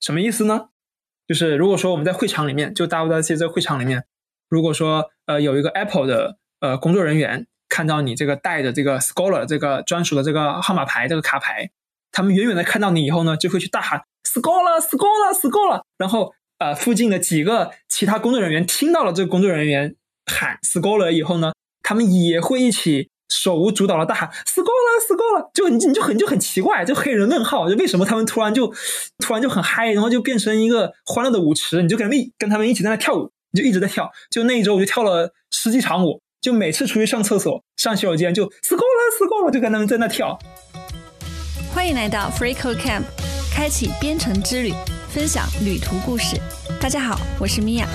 什么意思呢？就是如果说我们在会场里面，就 WWDC 这个会场里面，如果说有一个 Apple 的工作人员看到你这个带着这个 Scholar 这个专属的这个号码牌这个卡牌，他们远远的看到你以后呢，就会去大喊 Scholar Scholar Scholar， 然后附近的几个其他工作人员听到了这个工作人员喊 Scholar 以后呢，他们也会一起手舞足蹈的大喊 Scholar Scholar， 就很奇怪，就黑人问号，就为什么他们突然就很嗨，然后就变成一个欢乐的舞池，你就跟他们一起在那跳舞，你就一直在跳，就那一周我就跳了10几场舞，就每次出去上厕所上洗手间就 Scholar 就跟他们在那跳。 欢迎来到 FreeCodeCamp， 开启编程之旅，分享旅途故事。大家好，我是米娅。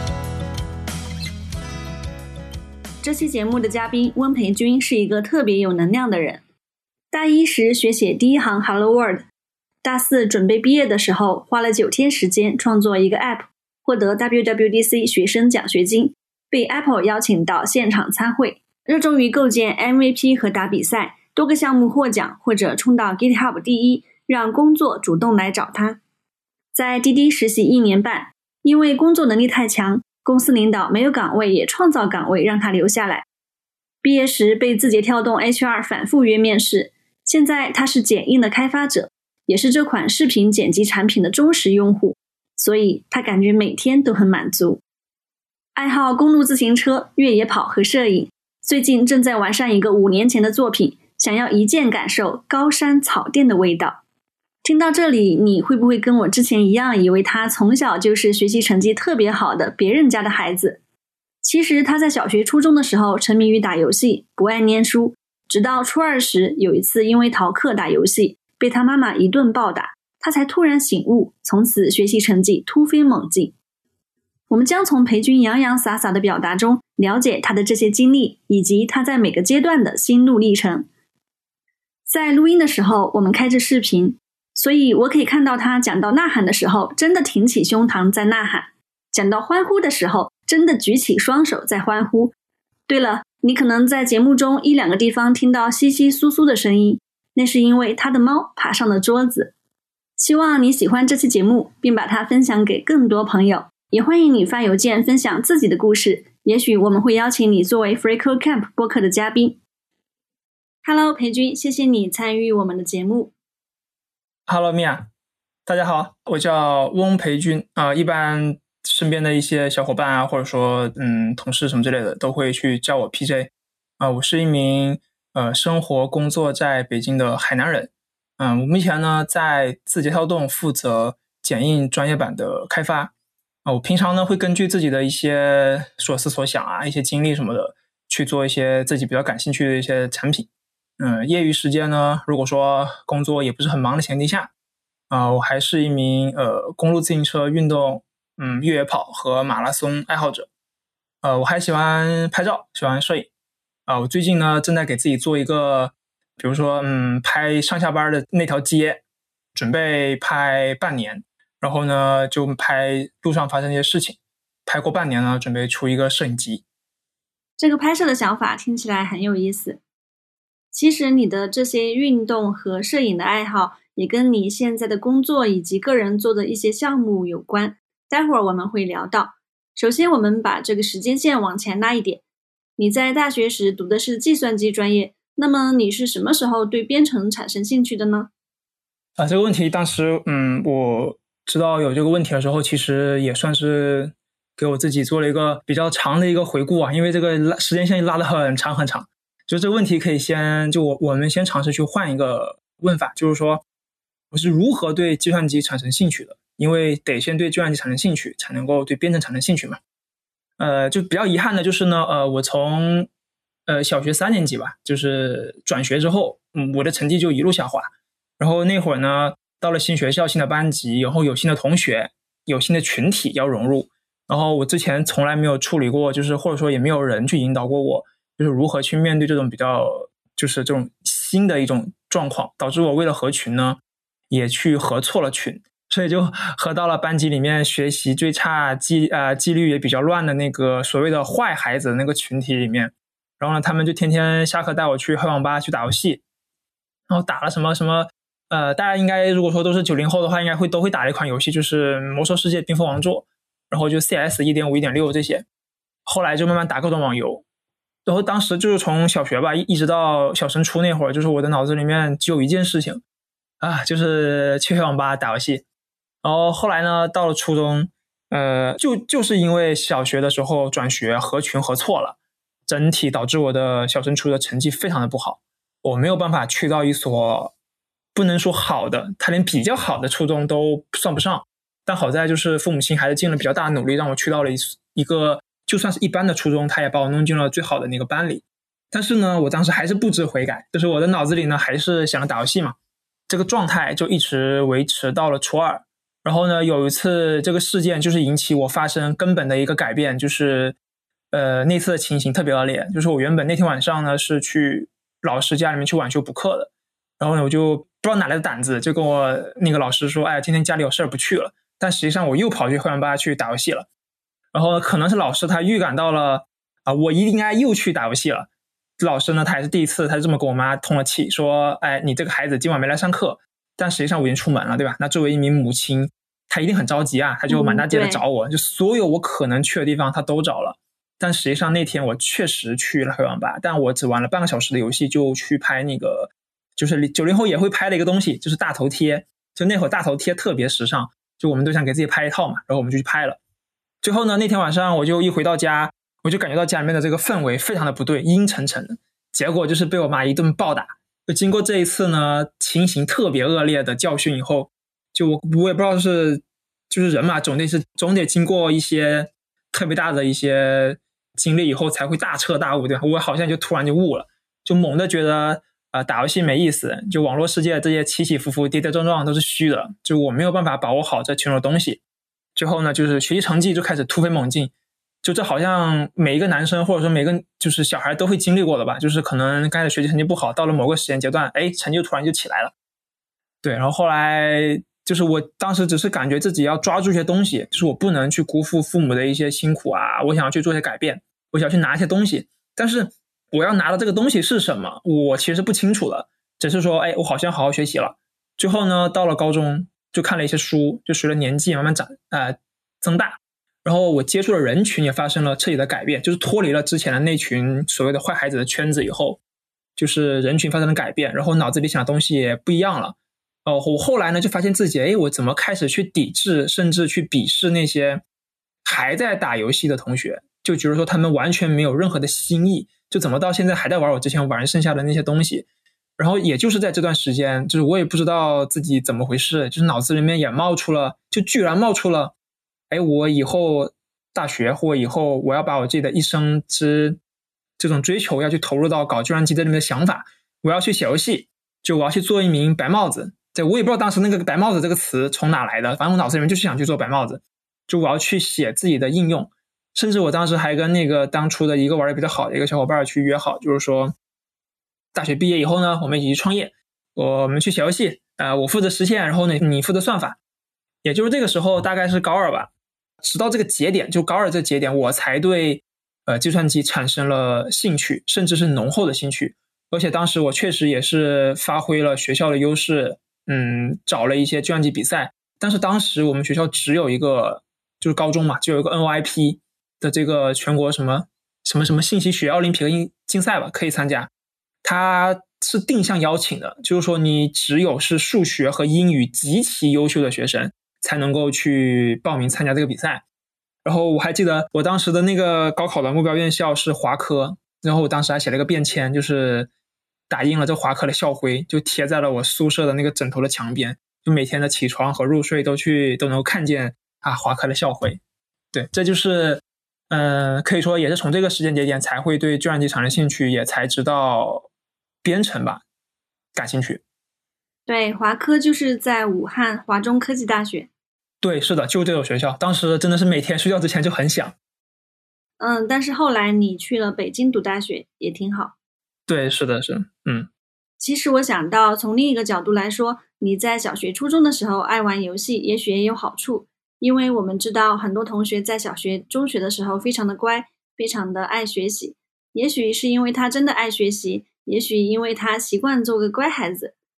这期节目的嘉宾温培军是一个特别有能量的人。大一时学写第一行 Hello World， 大四准备毕业的时候花了9天时间创作一个 App， 获得 WWDC 学生奖学金，被 Apple 邀请到现场参会，热衷于构建 MVP 和打比赛，多个项目获奖或者冲到 GitHub 第一，让工作主动来找他。在滴滴实习1年半，因为工作能力太强，公司领导没有岗位也创造岗位让他留下来。毕业时被字节跳动 HR 反复约面试，现在他是剪映的开发者，也是这款视频剪辑产品的忠实用户，所以他感觉每天都很满足。爱好公路自行车、越野跑和摄影，最近正在完善一个5年前的作品，想要一键感受高山草甸的味道。听到这里，你会不会跟我之前一样，以为他从小就是学习成绩特别好的别人家的孩子？其实他在小学初中的时候沉迷于打游戏，不爱念书，直到初2时有一次因为逃课打游戏被他妈妈一顿暴打，他才突然醒悟，从此学习成绩突飞猛进。我们将从培军洋洋洒洒的表达中了解他的这些经历，以及他在每个阶段的心路历程。在录音的时候我们开着视频，所以我可以看到他讲到呐喊的时候真的挺起胸膛在呐喊，讲到欢呼的时候真的举起双手在欢呼。对了，你可能在节目中1、2个地方听到窸窸窣窣的声音，那是因为他的猫爬上了桌子。希望你喜欢这期节目，并把它分享给更多朋友，也欢迎你发邮件分享自己的故事，也许我们会邀请你作为 FreeCodeCamp 播客的嘉宾。Hello 培军，谢谢你参与我们的节目。 Hello 米娅，大家好，我叫翁培军一般身边的一些小伙伴啊，或者说同事什么之类的都会去叫我 PJ。我是一名生活工作在北京的海南人。我目前呢在字节跳动负责剪映专业版的开发。我平常呢会根据自己的一些所思所想啊，一些经历什么的，去做一些自己比较感兴趣的一些产品。业余时间呢，如果说工作也不是很忙的前提下，我还是一名公路自行车运动、越野跑和马拉松爱好者。我还喜欢拍照，喜欢摄影。我最近呢正在给自己做一个，比如说拍上下班的那条街，准备拍半年，然后呢就拍路上发生一些事情，拍过半年呢准备出一个摄影集。 这个拍摄的想法听起来很有意思。其实你的这些运动和摄影的爱好也跟你现在的工作以及个人做的一些项目有关，待会儿我们会聊到。首先我们把这个时间线往前拉一点，你在大学时读的是计算机专业，那么你是什么时候对编程产生兴趣的呢？ 这个问题当时我知道有这个问题的时候，其实也算是给我自己做了一个比较长的一个回顾啊，因为这个时间线拉得很长很长。就这个问题可以我们先尝试去换一个问法，就是说我是如何对计算机产生兴趣的，因为得先对计算机产生兴趣才能够对编程产生兴趣嘛。就比较遗憾的就是呢，我从小学3年级吧，就是转学之后，我的成绩就一路下滑。然后那会儿呢，到了新学校、新的班级，然后有新的同学，有新的群体要融入，然后我之前从来没有处理过，就是或者说也没有人去引导过我，就是如何去面对这种比较就是这种新的一种状况，导致我为了合群呢也去合错了群，所以就合到了班级里面学习最差纪律也比较乱的那个所谓的坏孩子的那个群体里面。然后呢他们就天天下课带我去黑网吧去打游戏，然后打了什么大家应该如果说都是90后的话，应该都会打的一款游戏，就是魔兽世界冰封王座，然后就 CS 1.5 1.6这些。后来就慢慢打各种网游，然后当时就是从小学吧一直到小升初那会儿，就是我的脑子里面只有一件事情啊，就是去黑网吧打游戏。然后后来呢，到了初中，就是因为小学的时候转学合群合错了，整体导致我的小升初的成绩非常的不好，我没有办法去到一所不能说好的，他连比较好的初中都算不上。但好在就是父母亲还是尽了比较大的努力，让我去到了一个就算是一般的初中，他也把我弄进了最好的那个班里。但是呢，我当时还是不知悔改，就是我的脑子里呢还是想着打游戏嘛，这个状态就一直维持到了初二。然后呢，有一次这个事件就是引起我发生根本的一个改变，就是那次的情形特别恶劣，就是我原本那天晚上呢是去老师家里面去晚修补课的，然后呢我就不知道哪来的胆子，就跟我那个老师说，哎，今天家里有事儿不去了。但实际上我又跑去黑网吧去打游戏了。然后可能是老师他预感到了我应该又去打游戏了。老师呢他也是第一次，他就这么跟我妈通了气，说，哎，你这个孩子今晚没来上课。但实际上我已经出门了，对吧？那作为一名母亲，他一定很着急啊，他就满大街的找我，就所有我可能去的地方他都找了。但实际上那天我确实去了黑网吧，但我只玩了半个小时的游戏就去拍那个，就是90后也会拍的一个东西，就是大头贴。就那会儿大头贴特别时尚，就我们都想给自己拍一套嘛，然后我们就去拍了。最后呢，那天晚上我就一回到家，我就感觉到家里面的这个氛围非常的不对，阴沉沉的。结果就是被我妈一顿暴打。就经过这一次呢情形特别恶劣的教训以后，就我也不知道就是人嘛，总得经过一些特别大的一些经历以后才会大彻大悟，对吧？我好像就突然就悟了，就猛地觉得打游戏没意思，就网络世界这些起起伏伏跌跌撞撞都是虚的，就我没有办法把握好这其中的东西。最后呢，就是学习成绩就开始突飞猛进，就这好像每一个男生或者说每个就是小孩都会经历过的吧，就是可能刚开始学习成绩不好，到了某个时间阶段，哎，成绩突然就起来了。对，然后后来就是我当时只是感觉自己要抓住一些东西，就是我不能去辜负父母的一些辛苦啊，我想要去做一些改变，我想要去拿一些东西，但是我要拿的这个东西是什么，我其实不清楚了，只是说，哎，我好像好好学习了。最后呢，到了高中就看了一些书，就随着年纪慢慢增大，然后我接触的人群也发生了彻底的改变，就是脱离了之前的那群所谓的坏孩子的圈子以后，就是人群发生了改变，然后脑子里想的东西也不一样了。我后来呢就发现自己，哎，我怎么开始去抵制甚至去鄙视那些还在打游戏的同学，就觉得说他们完全没有任何的新意，就怎么到现在还在玩我之前玩剩下的那些东西。然后也就是在这段时间，就是我也不知道自己怎么回事，就是脑子里面也居然冒出了，哎，我以后大学或以后我要把我自己的一生之这种追求要去投入到搞计算机这里面的想法，我要去写游戏，就我要去做一名白帽子。对，我也不知道当时那个白帽子这个词从哪来的，反正我脑子里面就是想去做白帽子，就我要去写自己的应用。甚至我当时还跟那个当初的一个玩的比较好的一个小伙伴去约好，就是说大学毕业以后呢，我们一起去创业，我们去写游戏，我负责实现，然后呢你负责算法。也就是这个时候大概是高二吧，直到这个节点，就高二这个节点，我才对计算机产生了兴趣，甚至是浓厚的兴趣。而且当时我确实也是发挥了学校的优势，找了一些计算机比赛。但是当时我们学校只有一个，就是高中嘛，就有一个 NOIP 的这个全国什么信息学奥林匹克竞赛吧，可以参加。它是定向邀请的，就是说你只有是数学和英语极其优秀的学生才能够去报名参加这个比赛。然后我还记得我当时的那个高考的目标院校是华科，然后我当时还写了一个便签，就是打印了这华科的校徽，就贴在了我宿舍的那个枕头的墙边，就每天的起床和入睡都能够看见华科的校徽。对，这就是可以说也是从这个时间节点才会对计算机产生兴趣，也才知道编程吧感兴趣。 对，华科就是在武汉华中科技大学。 对，是的，就这所学校，当时真的是每天睡觉之前就很想。 但是后来你去了北京读大学，也挺好。 对，是的，是。 其实我想到，从另一个角度来说，你在小学、初中的时候爱玩游戏，也许也有好处，因为我们知道很多同学在小学、中学的时候非常的乖，非常的爱学习。也许是因为他真的爱学习，也许因为他习惯做个乖孩子，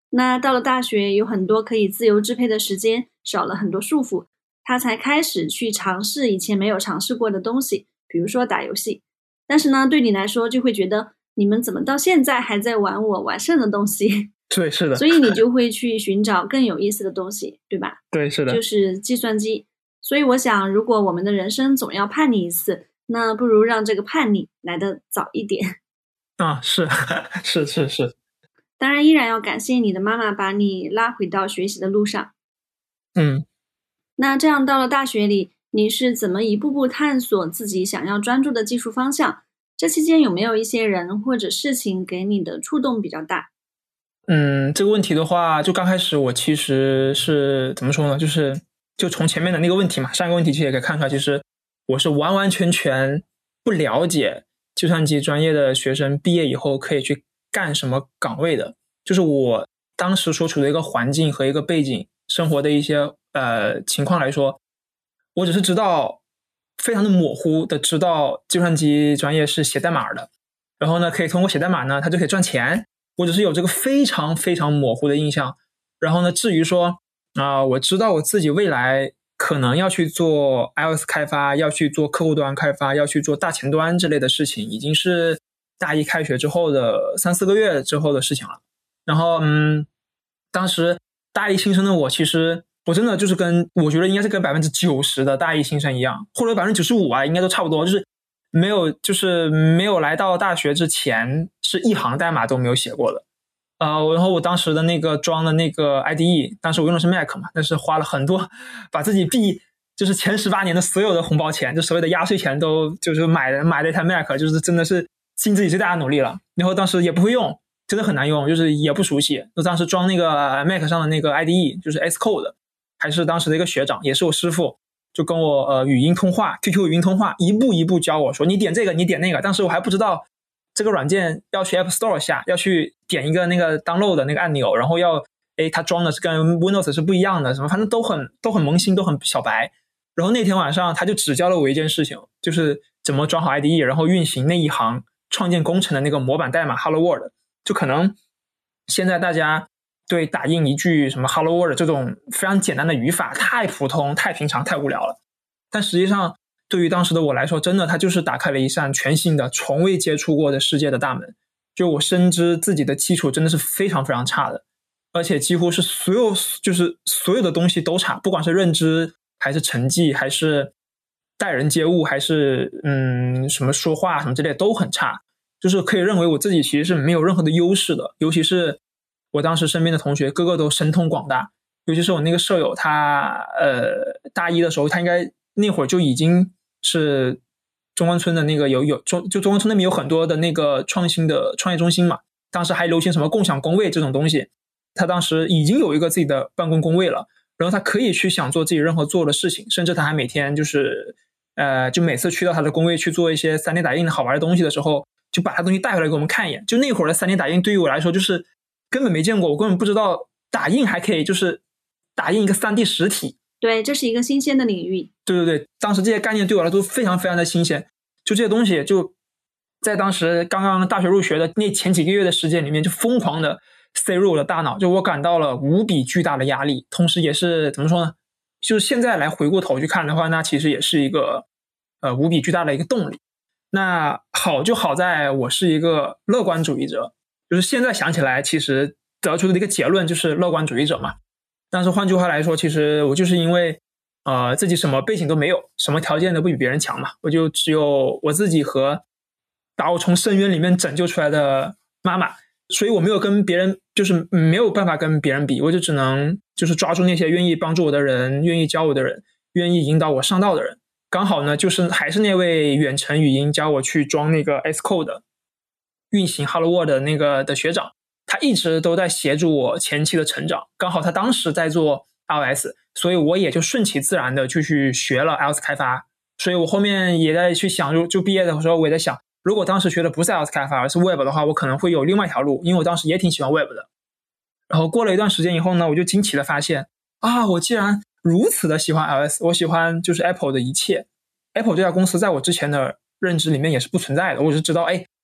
那到了大学，有很多可以自由支配的时间，少了很多束缚，他才开始去尝试以前没有尝试过的东西，比如说打游戏。但是呢，对你来说就会觉得你们怎么到现在还在玩我玩剩的东西？ 对，是的。 所以你就会去寻找更有意思的东西，对吧？ 对，是的。 就是计算机。所以我想，如果我们的人生总要叛逆一次，那不如让这个叛逆来得早一点。 啊，是是。 当然依然要感谢你的妈妈把你拉回到学习的路上。那这样到了大学里，你是怎么一步步探索自己想要专注的技术方向？这期间有没有一些人或者事情给你的触动比较大？ 这个问题的话，就刚开始我其实是怎么说呢，就从前面的那个问题嘛，上一个问题其实也可以看出来，其实我是完完全全不了解计算机专业的学生毕业以后可以去干什么岗位的。就是我当时所处的一个环境和一个背景生活的一些情况来说，我只是知道非常的模糊的知道计算机专业是写代码的，然后呢可以通过写代码呢它就可以赚钱，我只是有这个非常非常模糊的印象。然后呢至于说我知道我自己未来可能要去做 iOS 开发，要去做客户端开发，要去做大前端之类的事情，已经是大一开学之后的3-4个月之后的事情了。然后当时大一新生的我，其实我真的就是我觉得应该是跟 90% 的大一新生一样，或者 95% 啊，应该都差不多，就是没有来到大学之前是一行代码都没有写过的。然后我当时的那个装的那个 IDE， 当时我用的是 Mac 嘛，但是花了很多，把自己就是前18年的所有的红包钱，就所谓的压岁钱都就是买了一台 Mac， 就是真的是尽自己最大的努力了。然后当时也不会用，真的很难用，就是也不熟悉。就当时装那个 Mac 上的那个 IDE， 就是 Xcode， 还是当时的一个学长，也是我师傅，就跟我语音通话 QQ 语音通话，一步一步教我说你点这个你点那个。当时我还不知道这个软件要去 App Store 下，要去点一个那个 download 的那个按钮，然后它装的是跟 Windows 是不一样的，什么反正都很萌新，都很小白。然后那天晚上他就只教了我一件事情，就是怎么装好 IDE， 然后运行那一行创建工程的那个模板代码 Hello World。 就可能现在大家对打印一句什么 Hello World 这种非常简单的语法太普通太平常太无聊了，但实际上对于当时的我来说，真的它就是打开了一扇全新的从未接触过的世界的大门。就我深知自己的基础真的是非常非常差的，而且几乎是所有的东西都差，不管是认知还是成绩还是待人接物还是什么说话什么之类都很差，就是可以认为我自己其实是没有任何的优势的。尤其是我当时身边的同学个个都神通广大，尤其是我那个舍友，他大一的时候，他应该那会儿就已经是中关村的那个就中关村那边有很多的那个创新的创业中心嘛，当时还流行什么共享工位这种东西，他当时已经有一个自己的办公工位了，然后他可以去想做自己任何做的事情，甚至他还每天就每次去到他的工位去做一些 3D 打印的好玩的东西的时候，就把他东西带回来给我们看一眼。就那会儿的 3D 打印对于我来说就是根本没见过，我根本不知道打印还可以就是打印一个 3D 实体。 对，这是一个新鲜的领域。 对，当时这些概念对我来说非常非常的新鲜，就这些东西就在当时刚刚大学入学的那前几个月的时间里面就疯狂的塞入我的大脑，就我感到了无比巨大的压力，同时也是怎么说呢，就是现在来回过头去看的话，那其实也是一个无比巨大的一个动力。那好就好在我是一个乐观主义者，就是现在想起来其实得出的一个结论就是乐观主义者嘛。但是换句话来说，其实我就是因为自己什么背景都没有，什么条件都不比别人强嘛，我就只有我自己和把我从深渊里面拯救出来的妈妈，所以我没有跟别人，就是没有办法跟别人比，我就只能就是抓住那些愿意帮助我的人，愿意教我的人，愿意引导我上道的人。刚好呢就是还是那位远程语音教我去装那个 Xcode 运行 Hello World 的那个的学长，他一直都在协助我前期的成长，刚好他当时在做 iOS， 所以我也就顺其自然的就去学了 iOS 开发。所以我后面也在去想，就毕业的时候我也在想，如果当时学的不是 iOS 开发而是 Web 的话，我可能会有另外一条路，因为我当时也挺喜欢 Web 的。然后过了一段时间以后呢，我就惊奇的发现我既然如此的喜欢 iOS， 我喜欢就是 Apple 的一切。Apple 这家公司在我之前的认知里面也是不存在的，我只知道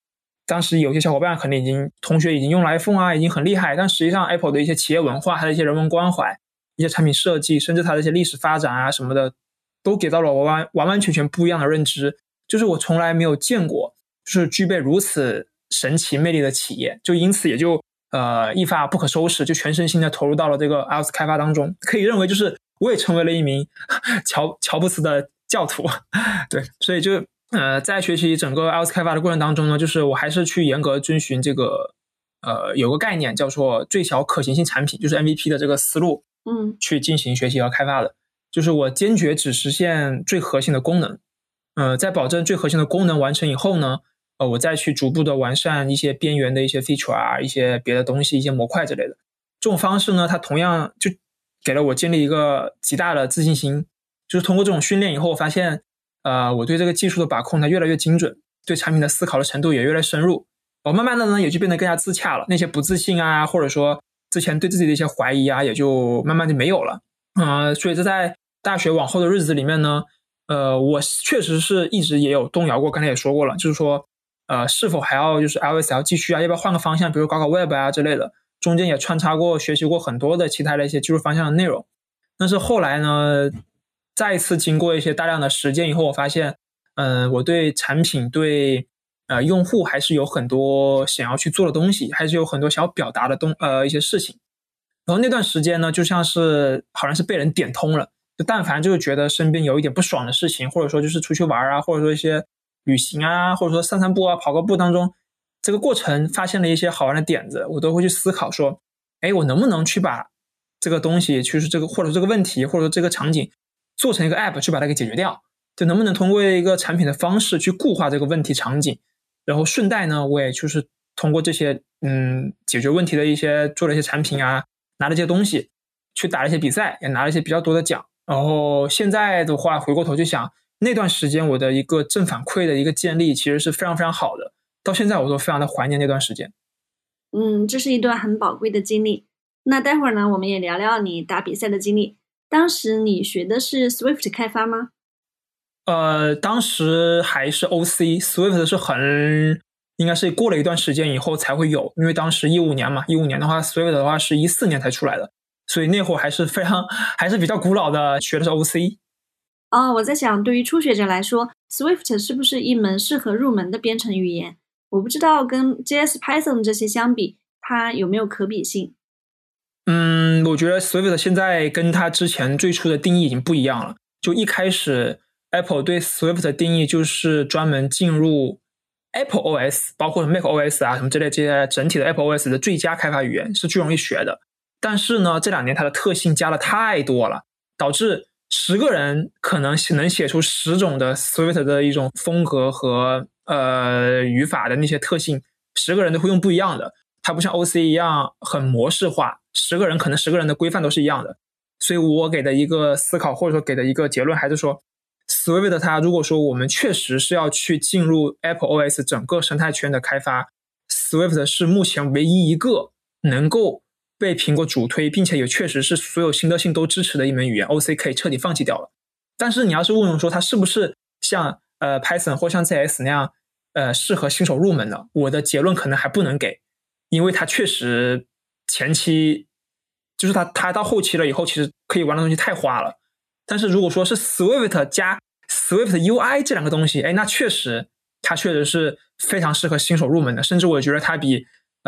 当时有些小伙伴可能同学已经用了 iPhone 啊，已经很厉害，但实际上 Apple 的一些企业文化，它的一些人文关怀，一些产品设计，甚至它的一些历史发展啊什么的，都给到了我完完全全不一样的认知。就是我从来没有见过就是具备如此神奇魅力的企业，就因此也就一发不可收拾，就全身心的投入到了这个 iOS 开发当中。可以认为就是我也成为了一名乔布斯的教徒。对，所以就在学习整个 iOS 开发的过程当中呢，就是我还是去严格遵循这个有个概念叫做最小可行性产品，就是 MVP 的这个思路去进行学习和开发的。就是我坚决只实现最核心的功能，在保证最核心的功能完成以后呢，我再去逐步的完善一些边缘的一些 feature 啊，一些别的东西，一些模块之类的。这种方式呢，它同样就给了我建立一个极大的自信心。就是通过这种训练以后，我发现我对这个技术的把控它越来越精准，对产品的思考的程度也越来越深入。我慢慢的呢，也就变得更加自洽了。那些不自信啊，或者说之前对自己的一些怀疑啊，也就慢慢就没有了。所以这在大学往后的日子里面呢，我确实是一直也有动摇过，刚才也说过了，就是说是否还要就是 iOS 要继续啊，要不要换个方向，比如搞 Web 啊之类的。中间也穿插过学习过很多的其他的一些技术方向的内容。但是后来呢，再一次经过一些大量的实践以后，我发现我对产品对用户还是有很多想要去做的东西，还是有很多想要表达的一些事情。然后那段时间呢，就像是好像是被人点通了，就但凡就是觉得身边有一点不爽的事情，或者说就是出去玩啊，或者说一些旅行啊，或者说散散步啊，跑个步当中，这个过程发现了一些好玩的点子，我都会去思考说，我能不能去把这个东西，就是这个或者这个问题，或者说这个场景做成一个 app 去把它给解决掉，就能不能通过一个产品的方式去固化这个问题场景，然后顺带呢，我也就是通过这些解决问题的一些做了一些产品啊，拿了这些东西去打了一些比赛，也拿了一些比较多的奖。然后现在的话回过头去想，那段时间我的一个正反馈的一个建立其实是非常非常好的，到现在我都非常的怀念那段时间。 这是一段很宝贵的经历。那待会儿呢，我们也聊聊你打比赛的经历。当时你学的是 Swift 开发吗？ 当时还是 OC，Swift 是应该是过了一段时间以后才会有，因为当时15年嘛，15年的话 Swift 的话是14年才出来的，所以那会儿还是比较古老的，学的是 OC。 我在想，对于初学者来说 Swift 是不是一门适合入门的编程语言？我不知道跟 JS、Python 这些相比，它有没有可比性？ 我觉得 Swift 现在跟它之前最初的定义已经不一样了。就一开始 Apple 对 Swift 的定义就是专门进入 Apple OS， 包括 Mac OS 啊什么这些整体的 Apple OS 的最佳开发语言，是最容易学的。但是呢，这2年它的特性加了太多了，导致10个人可能能写出10种的 Swift 的一种风格和语法的那些特性，10个人都会用不一样的。它不像 OC 一样很模式化，10个人可能10个人的规范都是一样的。所以我给的一个思考或者说给的一个结论还是说 Swift 它如果说我们确实是要去进入 Apple OS 整个生态圈的开发， Swift 是目前唯一一个能够被苹果主推并且也确实是所有新特性都支持的一门语言， OC 可以彻底放弃掉了。但是你要是问我说它是不是像Python 或像 JS 那样适合新手入门的，我的结论可能还不能给，因为它确实前期就是它到后期了以后，其实可以玩的东西太花了。但是如果说是 Swift 加 Swift UI 这2个东西，那它确实是非常适合新手入门的，甚至我觉得它比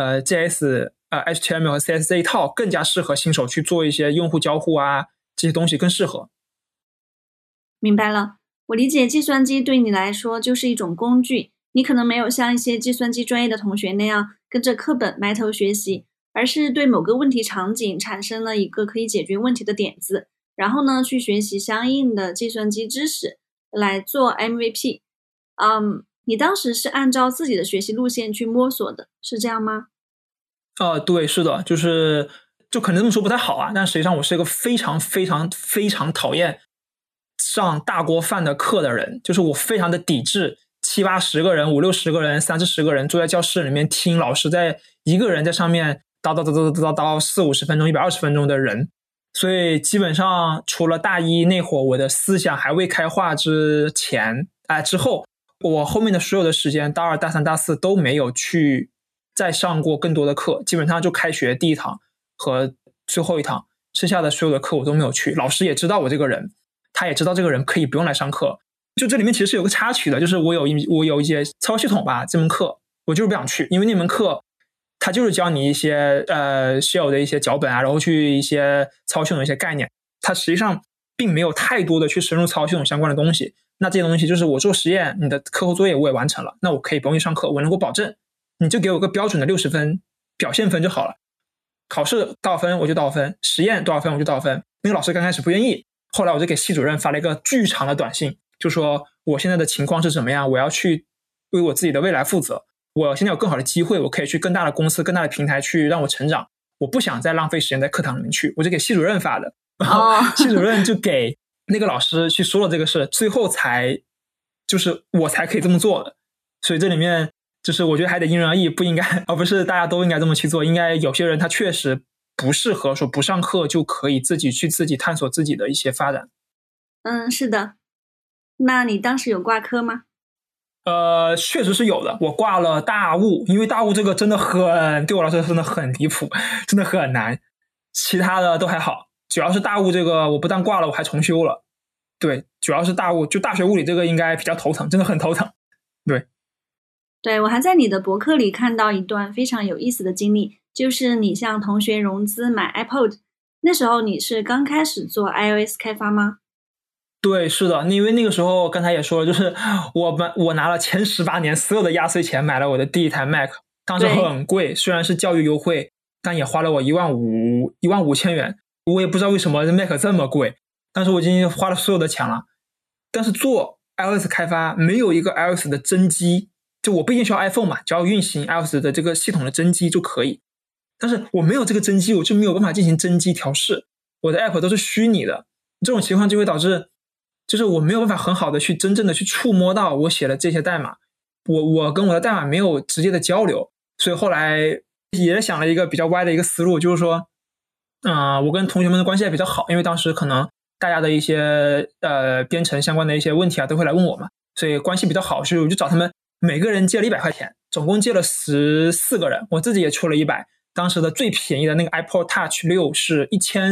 JS HTML 和 CSS 这一套更加适合新手去做一些用户交互啊，这些东西更适合。 明白了，我理解计算机对你来说就是一种工具，你可能没有像一些计算机专业的同学那样跟着课本埋头学习，而是对某个问题场景产生了一个可以解决问题的点子，然后呢去学习相应的计算机知识来做 MVP。你当时是按照自己的学习路线去摸索的，是这样吗？ 对，是的，就可能这么说不太好啊，但实际上我是一个非常非常非常讨厌上大锅饭的课的人，就是我非常的抵制70-80个人、50-60个人、30-40个人坐在教室里面听老师在一个人在上面叨40-50分钟、120分钟的人。所以基本上除了大一那会儿我的思想还未开化之后， 我后面的所有的时间，大二、大三、大四都没有去再上过更多的课，基本上就开学第一堂和最后一堂，剩下的所有的课我都没有去。老师也知道我这个人，他也知道这个人可以不用来上课。就这里面其实是有个插曲的，就是我有一节操系统吧，这门课我就是不想去，因为那门课它就是教你一些shell 的一些脚本啊，然后去一些操系统的一些概念，它实际上并没有太多的去深入操系统相关的东西。那这些东西就是我做实验，你的课后作业我也完成了，那我可以不用去上课，我能够保证你就给我个标准的60分表现分就好了。考试多少分我就多少分，实验多少分我就多少分。那个老师刚开始不愿意，后来我就给系主任发了一个巨长的短信，就说我现在的情况是怎么样，我要去为我自己的未来负责，我现在有更好的机会，我可以去更大的公司更大的平台去让我成长，我不想再浪费时间在课堂里面去，我就给系主任发的。然后系主任就给那个老师去说了这个事，最后才就是我才可以这么做的。所以这里面就是我觉得还得因人而异，不应该而不是大家都应该这么去做，应该有些人他确实不适合说不上课就可以自己探索自己的一些发展。 是的。那你当时有挂科吗？ 确实是有的，我挂了大物，因为大物这个真的对我来说真的很离谱，真的很难，其他的都还好，主要是大物这个我不但挂了我还重修了。对，主要是大物，就大学物理这个应该比较头疼，真的很头疼。 对，我还在你的博客里看到一段非常有意思的经历，就是你向同学融资买 iPod， 那时候你是刚开始做 iOS 开发吗？ 对，是的，因为那个时候刚才也说了，就是我拿了前18年所有的压岁钱买了我的第一台 Mac， 当时很贵，虽然是教育优惠，但也花了我15000元，我也不知道为什么 Mac 这么贵，但是我已经花了所有的钱了。但是做 iOS 开发没有一个 iOS 的真机，就我不一定需要 iPhone 嘛，只要运行 iOS 的这个系统的真机就可以。但是我没有这个真机，我就没有办法进行真机调试，我的 app 都是虚拟的，这种情况就会导致就是我没有办法很好的去真正的去触摸到我写的这些代码，我跟我的代码没有直接的交流。所以后来也想了一个比较歪的一个思路，就是说我跟同学们的关系也比较好，因为当时可能大家的一些编程相关的一些问题啊都会来问我嘛，所以关系比较好，所以我就找他们每个人借了100块钱，总共借了14个人，我自己也出了100，当时的最便宜的那个 iPod Touch 6是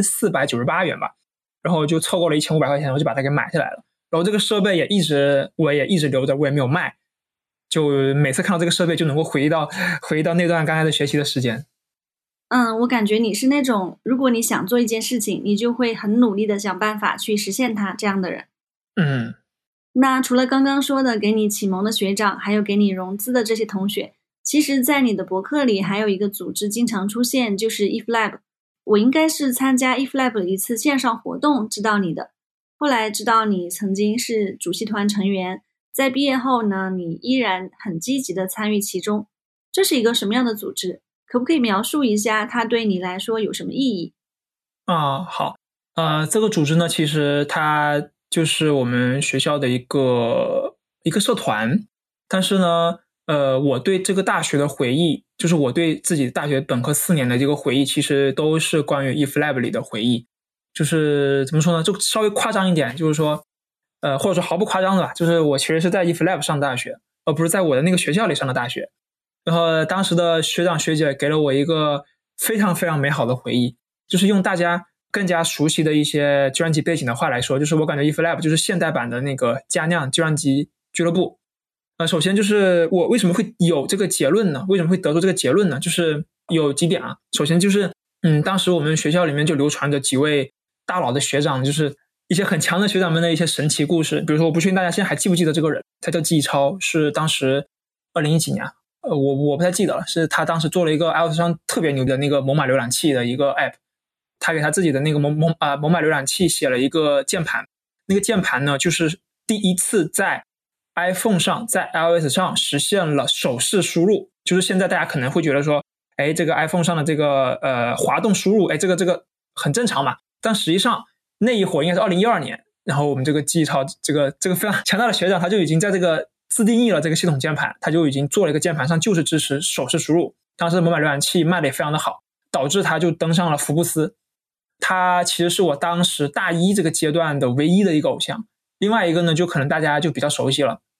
1498元吧，然后就凑够了1500块钱，我就把它给买下来了。然后这个设备我也一直留着，我也没有卖，就每次看到这个设备就能够回忆到那段刚才的学习的时间。 我感觉你是那种如果你想做一件事情，你就会很努力的想办法去实现它这样的人。那除了刚刚说的给你启蒙的学长，还有给你融资的这些同学，其实在你的博客里还有一个组织经常出现，就是 EFLab。我应该是参加 EFLab 的一次线上活动知道你的，后来知道你曾经是主席团成员，在毕业后呢，你依然很积极的参与其中。这是一个什么样的组织？可不可以描述一下它对你来说有什么意义？ 好，这个组织呢，其实它就是我们学校的一个社团，但是呢我对这个大学的回忆，就是我对自己大学本科4年的这个回忆，其实都是关于 EFLab 里的回忆。就是怎么说呢，就稍微夸张一点，就是说或者说毫不夸张的吧，就是我其实是在 EFLab 上大学，而不是在我的那个学校里上的大学。然后当时的学长学姐给了我一个非常非常美好的回忆，就是用大家更加熟悉的一些计算机背景的话来说，就是我感觉 EFLab 就是现代版的那个佳酿计算机俱乐部。首先就是我为什么会有这个结论呢？为什么会得出这个结论呢？就是有几点啊。首先就是当时我们学校里面就流传着几位大佬的学长，就是一些很强的学长们的一些神奇故事。比如说我不确定大家现在还记不记得这个人，他叫季超，是当时2010几年我不太记得了，是他当时做了一个 iOS 上特别牛的那个猛犸浏览器的一个 app， 他给他自己的那个猛犸浏览器写了一个键盘，那个键盘呢就是第一次在 iPhone 上在 iOS 上实现了手势输入。就是现在大家可能会觉得说这个 iPhone 上的这个滑动输入这个很正常嘛，但实际上那一会儿应该是2012年，然后我们这个季超这个非常强大的学长，他就已经在这个自定义了这个系统键盘，他就已经做了一个键盘上就是支持手势输入。当时的猛犸浏览器卖的也非常的好，导致他就登上了福布斯。他其实是我当时大一这个阶段的唯一的一个偶像。另外一个呢，就可能大家就比较熟悉了，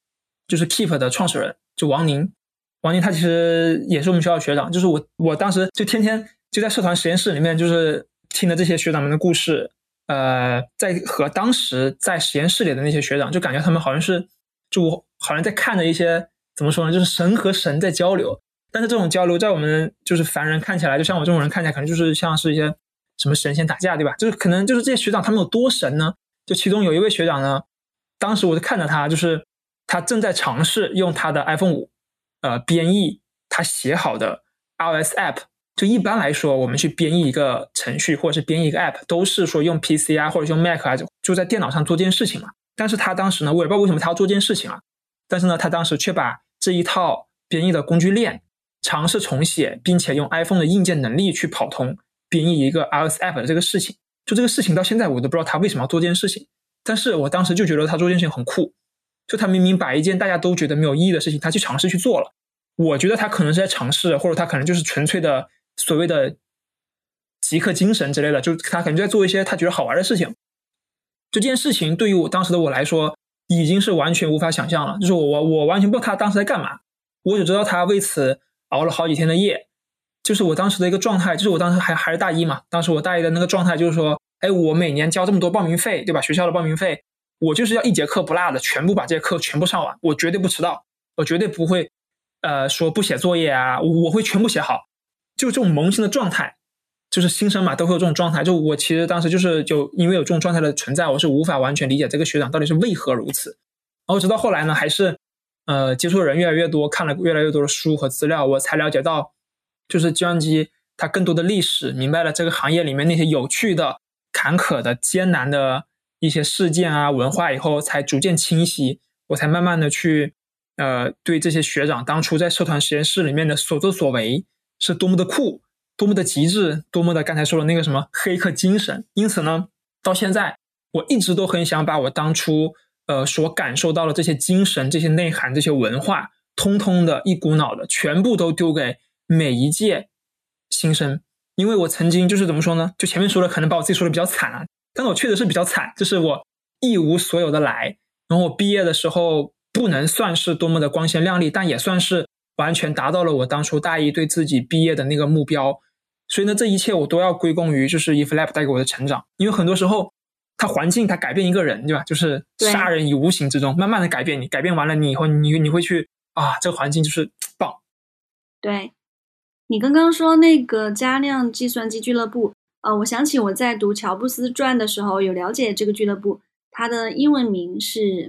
就是 Keep 的创始人，就王宁。王宁他其实也是我们学校学长，就是我当时就天天就在社团实验室里面，就是听的这些学长们的故事，在和当时在实验室里的那些学长，就感觉他们好像是就我好像在看着一些怎么说呢，就是神和神在交流。但是这种交流在我们就是凡人看起来，就像我这种人看起来，可能就是像是一些什么神仙打架，对吧？就是可能就是这些学长他们有多神呢？就其中有一位学长呢，当时我就看着他，就是他正在尝试用他的 iPhone 5编译他写好的 iOS app。就一般来说，我们去编译一个程序或者是编译一个 app， 都是说用 PC 啊，或者用 Mac 啊，就在电脑上做这件事情嘛。但是他当时呢，我也不知道为什么他要做这件事情啊，但是呢，他当时却把这一套编译的工具链尝试重写，并且用 iPhone 的硬件能力去跑通编译一个 iOS app 的这个事情。就这个事情到现在我都不知道他为什么要做这件事情，但是我当时就觉得他做这件事情很酷。就他明明把一件大家都觉得没有意义的事情，他去尝试去做了。我觉得他可能是在尝试，或者他可能就是纯粹的所谓的极客精神之类的，就他可能就在做一些他觉得好玩的事情。这件事情对于我当时的我来说已经是完全无法想象了，就是我完全不知道他当时在干嘛，我只知道他为此熬了好几天的夜。就是我当时的一个状态，就是我当时还是大一嘛，当时我大一的那个状态就是说，我每年交这么多报名费，对吧？学校的报名费，我就是要一节课不落的全部把这些课全部上完，我绝对不迟到，我绝对不会说不写作业啊，我会全部写好。就这种萌新的状态，就是新生嘛都会有这种状态。就我其实当时就是因为有这种状态的存在，我是无法完全理解这个学长到底是为何如此。然后直到后来呢，还是接触的人越来越多，看了越来越多的书和资料，我才了解到就是计算机它更多的历史，明白了这个行业里面那些有趣的、坎坷的、艰难的一些事件啊、文化以后，才逐渐清晰。我才慢慢的去对这些学长当初在社团实验室里面的所作所为是多么的酷，多么的极致，多么的刚才说的那个什么黑客精神。因此呢，到现在我一直都很想把我当初所感受到的这些精神、这些内涵、这些文化，通通的一股脑的全部都丢给每一届新生。因为我曾经就是怎么说呢，就前面说的可能把我自己说的比较惨啊，但我确实是比较惨，就是我一无所有的来，然后我毕业的时候不能算是多么的光鲜亮丽，但也算是完全达到了我当初大一对自己毕业的那个目标。所以呢，这一切我都要归功于就是 EFLab 带给我的成长。因为很多时候它环境它改变一个人，对吧？就是杀人于无形之中，慢慢的改变你，改变完了你以后你会去这个环境就是棒。 对，你刚刚说那个嘉亮计算机俱乐部，我想起我在读乔布斯传的时候有了解这个俱乐部，它的英文名是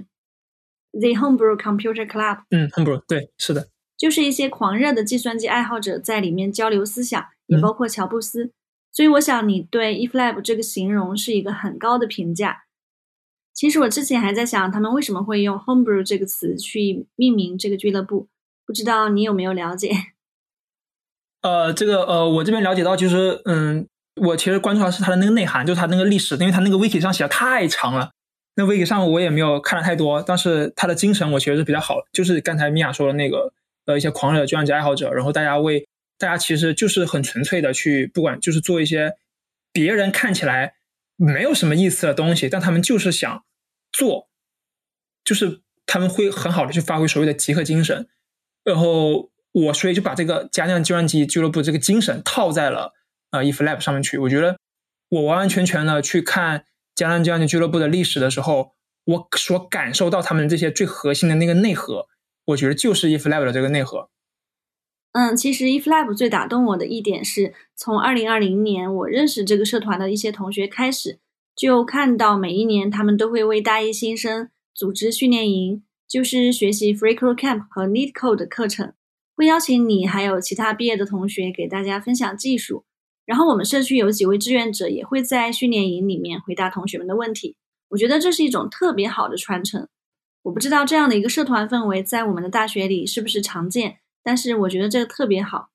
The Homebrew Computer Club。 Homebrew， 对，是的， 就是一些狂热的计算机爱好者在里面交流思想，也包括乔布斯。所以我想你对 EFLab 这个形容是一个很高的评价。其实我之前还在想他们为什么会用 Homebrew 这个词去命名这个俱乐部，不知道你有没有了解？ 我这边了解到，就是我其实关注的是它的那个内涵，就是它那个历史，因为它那个 wiki 上写的太长了，那 wiki 上我也没有看了太多，但是它的精神我觉得是比较好的，就是刚才米娅说的那个一些狂热的计算机爱好者，然后大家其实就是很纯粹的去不管就是做一些别人看起来没有什么意思的东西，但他们就是想做，就是他们会很好的去发挥所谓的极客精神。然后所以就把这个嘉亮计算机俱乐部这个精神套在了EFLab 上面去。我觉得我完完全全的去看嘉亮计算机俱乐部的历史的时候，我所感受到他们这些最核心的那个内核，我觉得就是 EFLab 的这个内核。 其实 EFLab 最打动我的一点是，从2020年我认识这个社团的一些同学开始，就看到每一年他们都会为大一新生组织训练营，就是学习 FreeCodeCamp 和 LeetCode 的课程，会邀请你还有其他毕业的同学给大家分享技术。然后我们社区有几位志愿者也会在训练营里面回答同学们的问题。我觉得这是一种特别好的传承。我不知道这样的一个社团氛围在我们的大学里是不是常见，但是我觉得这个特别好。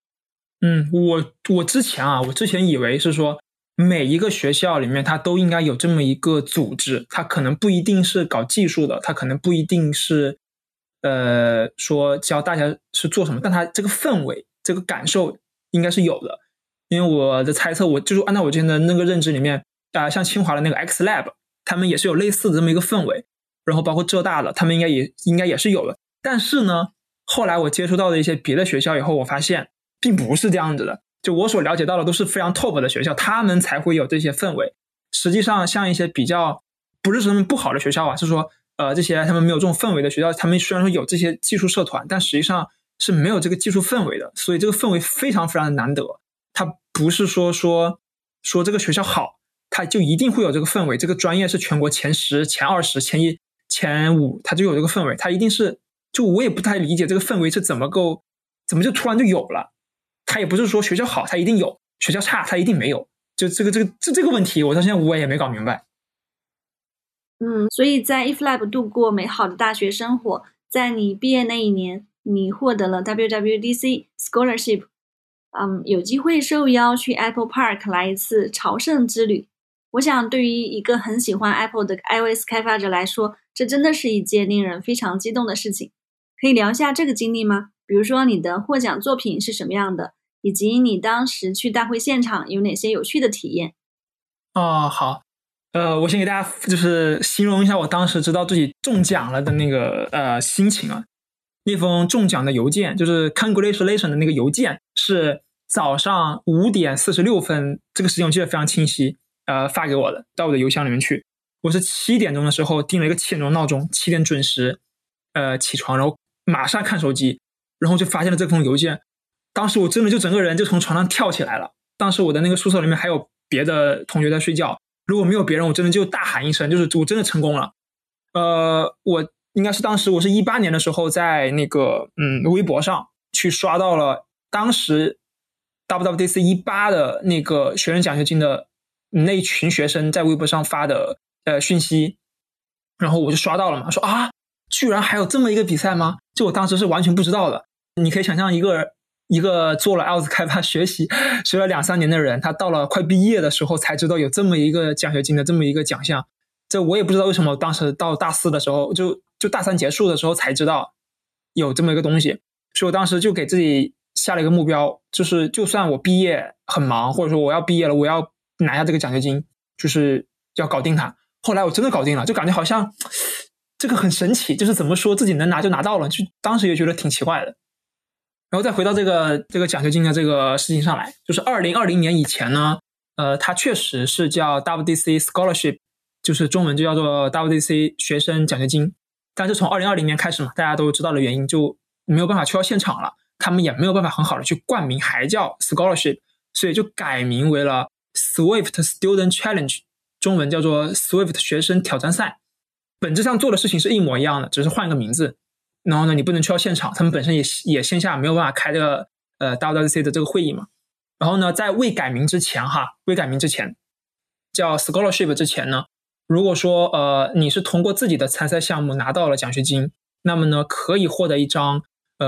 我之前以为是说每一个学校里面它都应该有这么一个组织，它可能不一定是搞技术的，它可能不一定是说教大家是做什么，但它这个氛围这个感受应该是有的。因为我的猜测，我就是按照我之前的那个认知里面像清华的那个 X Lab， 他们也是有类似的这么一个氛围。 然后包括浙大的，他们应该也是有的。但是呢，后来我接触到的一些别的学校以后，我发现并不是这样子的。就我所了解到的都是非常 top 的学校，他们才会有这些氛围。实际上像一些比较不是说他们不好的学校啊，是说这些他们没有这种氛围的学校，他们虽然说有这些技术社团，但实际上是没有这个技术氛围的，所以这个氛围非常非常的难得。它不是说这个学校好，它就一定会有这个氛围，这个专业是全国前10、前20、前1、前5，它就有这个氛围。它一定是，就我也不太理解这个氛围是怎么就突然就有了。它也不是说学校好它一定有，学校差它一定没有。就这个问题，我到现在我也没搞明白。 所以在 eFlab 度过美好的大学生活，在你毕业那一年，你获得了 WWDC Scholarship，有机会受邀去 Apple Park 来一次朝圣之旅。我想对于一个很喜欢 Apple 的 iOS 开发者来说，这真的是一件令人非常激动的事情。可以聊一下这个经历吗？比如说你的获奖作品是什么样的，以及你当时去大会现场有哪些有趣的体验？ 好，我先给大家就是形容一下我当时知道自己中奖了的那个心情啊。那封中奖的邮件就是 congratulation 的那个邮件是早上5点46分，这个时间我记得非常清晰，发给我的，到我的邮箱里面去。我是7点钟的时候定了一个7点钟闹钟，7点准时起床，然后马上看手机，然后就发现了这封邮件。当时我真的就整个人就从床上跳起来了。当时我的那个宿舍里面还有别的同学在睡觉，如果没有别人，我真的就大喊一声，就是我真的成功了。我应该是当时我是18年的时候在那个微博上去刷到了当时 WWDC 18的那个学生奖学金的那一群学生在微博上发的讯息，然后我就刷到了嘛，说啊，居然还有这么一个比赛吗？就我当时是完全不知道的。你可以想象一个做了 iOS 开发学了2-3年的人，他到了快毕业的时候才知道有这么一个奖学金的这么一个奖项。这我也不知道为什么当时到大4的时候就大3结束的时候才知道有这么一个东西。所以我当时就给自己下了一个目标，就是就算我毕业很忙，或者说我要毕业了，我要拿下这个奖学金，就是要搞定它。后来我真的搞定了，就感觉好像这个很神奇，就是怎么说自己能拿就拿到了，就当时也觉得挺奇怪的。然后再回到这个奖学金的这个事情上来，就是2020年以前呢，它确实是叫 WDC Scholarship， 就是中文就叫做 WDC 学生奖学金。但是从2020年开始嘛，大家都知道的原因，就没有办法去到现场了，他们也没有办法很好的去冠名，还叫 Scholarship， 所以就改名为了 Swift Student Challenge， 中文叫做 Swift 学生挑战赛。本质上做的事情是一模一样的，只是换一个名字。然后呢，你不能去到现场，他们本身也线下没有办法开这个WWDC 的这个会议嘛。然后呢，在未改名之前叫 Scholarship 之前呢，如果说你是通过自己的参赛项目拿到了奖学金，那么呢可以获得一张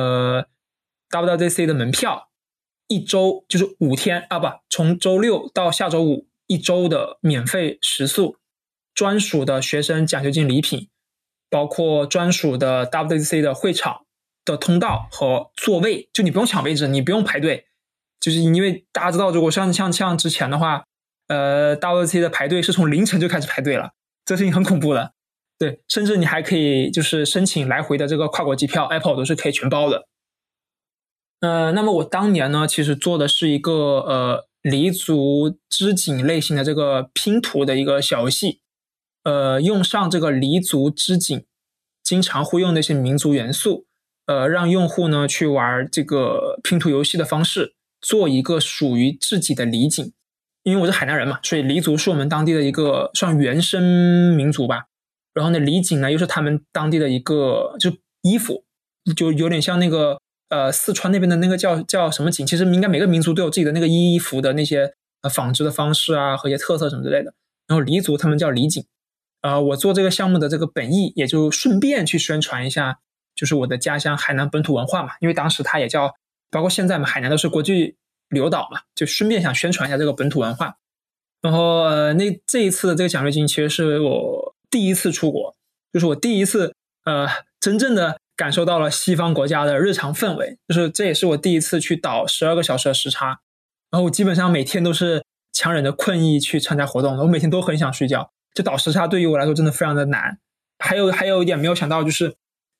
WWDC 的门票，1周就是5天从周6到下周51周的免费食宿，专属的学生奖学金礼品，包括专属的 WWDC 的会场的通道和座位，就你不用抢位置，你不用排队，就是因为大家知道，如果像之前的话WWDC 的排队是从凌晨就开始排队了，这事情很恐怖的。对，甚至你还可以就是申请来回的这个跨国机票 Apple 都是可以全包的。那么我当年呢其实做的是一个黎族织锦类型的这个拼图的一个小游戏，用上这个黎族织锦经常会用的一些民族元素，让用户呢去玩这个拼图游戏的方式，做一个属于自己的黎锦。因为我是海南人嘛，所以黎族是我们当地的一个算原生民族吧。然后呢，黎锦呢又是他们当地的一个就衣服，就有点像那个四川那边的那个叫什么锦，其实应该每个民族都有自己的那个衣服的那些纺织的方式啊和一些特色什么之类的。然后黎族他们叫黎锦。我做这个项目的这个本意也就顺便去宣传一下就是我的家乡海南本土文化嘛，因为当时它也叫，包括现在嘛，海南都是国际旅游岛嘛，就顺便想宣传一下这个本土文化。然后这一次的这个奖学金其实是我第一次出国，就是我第一次真正的感受到了西方国家的日常氛围，就是这也是我第一次去倒12个小时的时差，然后我基本上每天都是强忍着困意去参加活动的，我每天都很想睡觉，就倒时差对于我来说真的非常的难。 还有一点没有想到，就是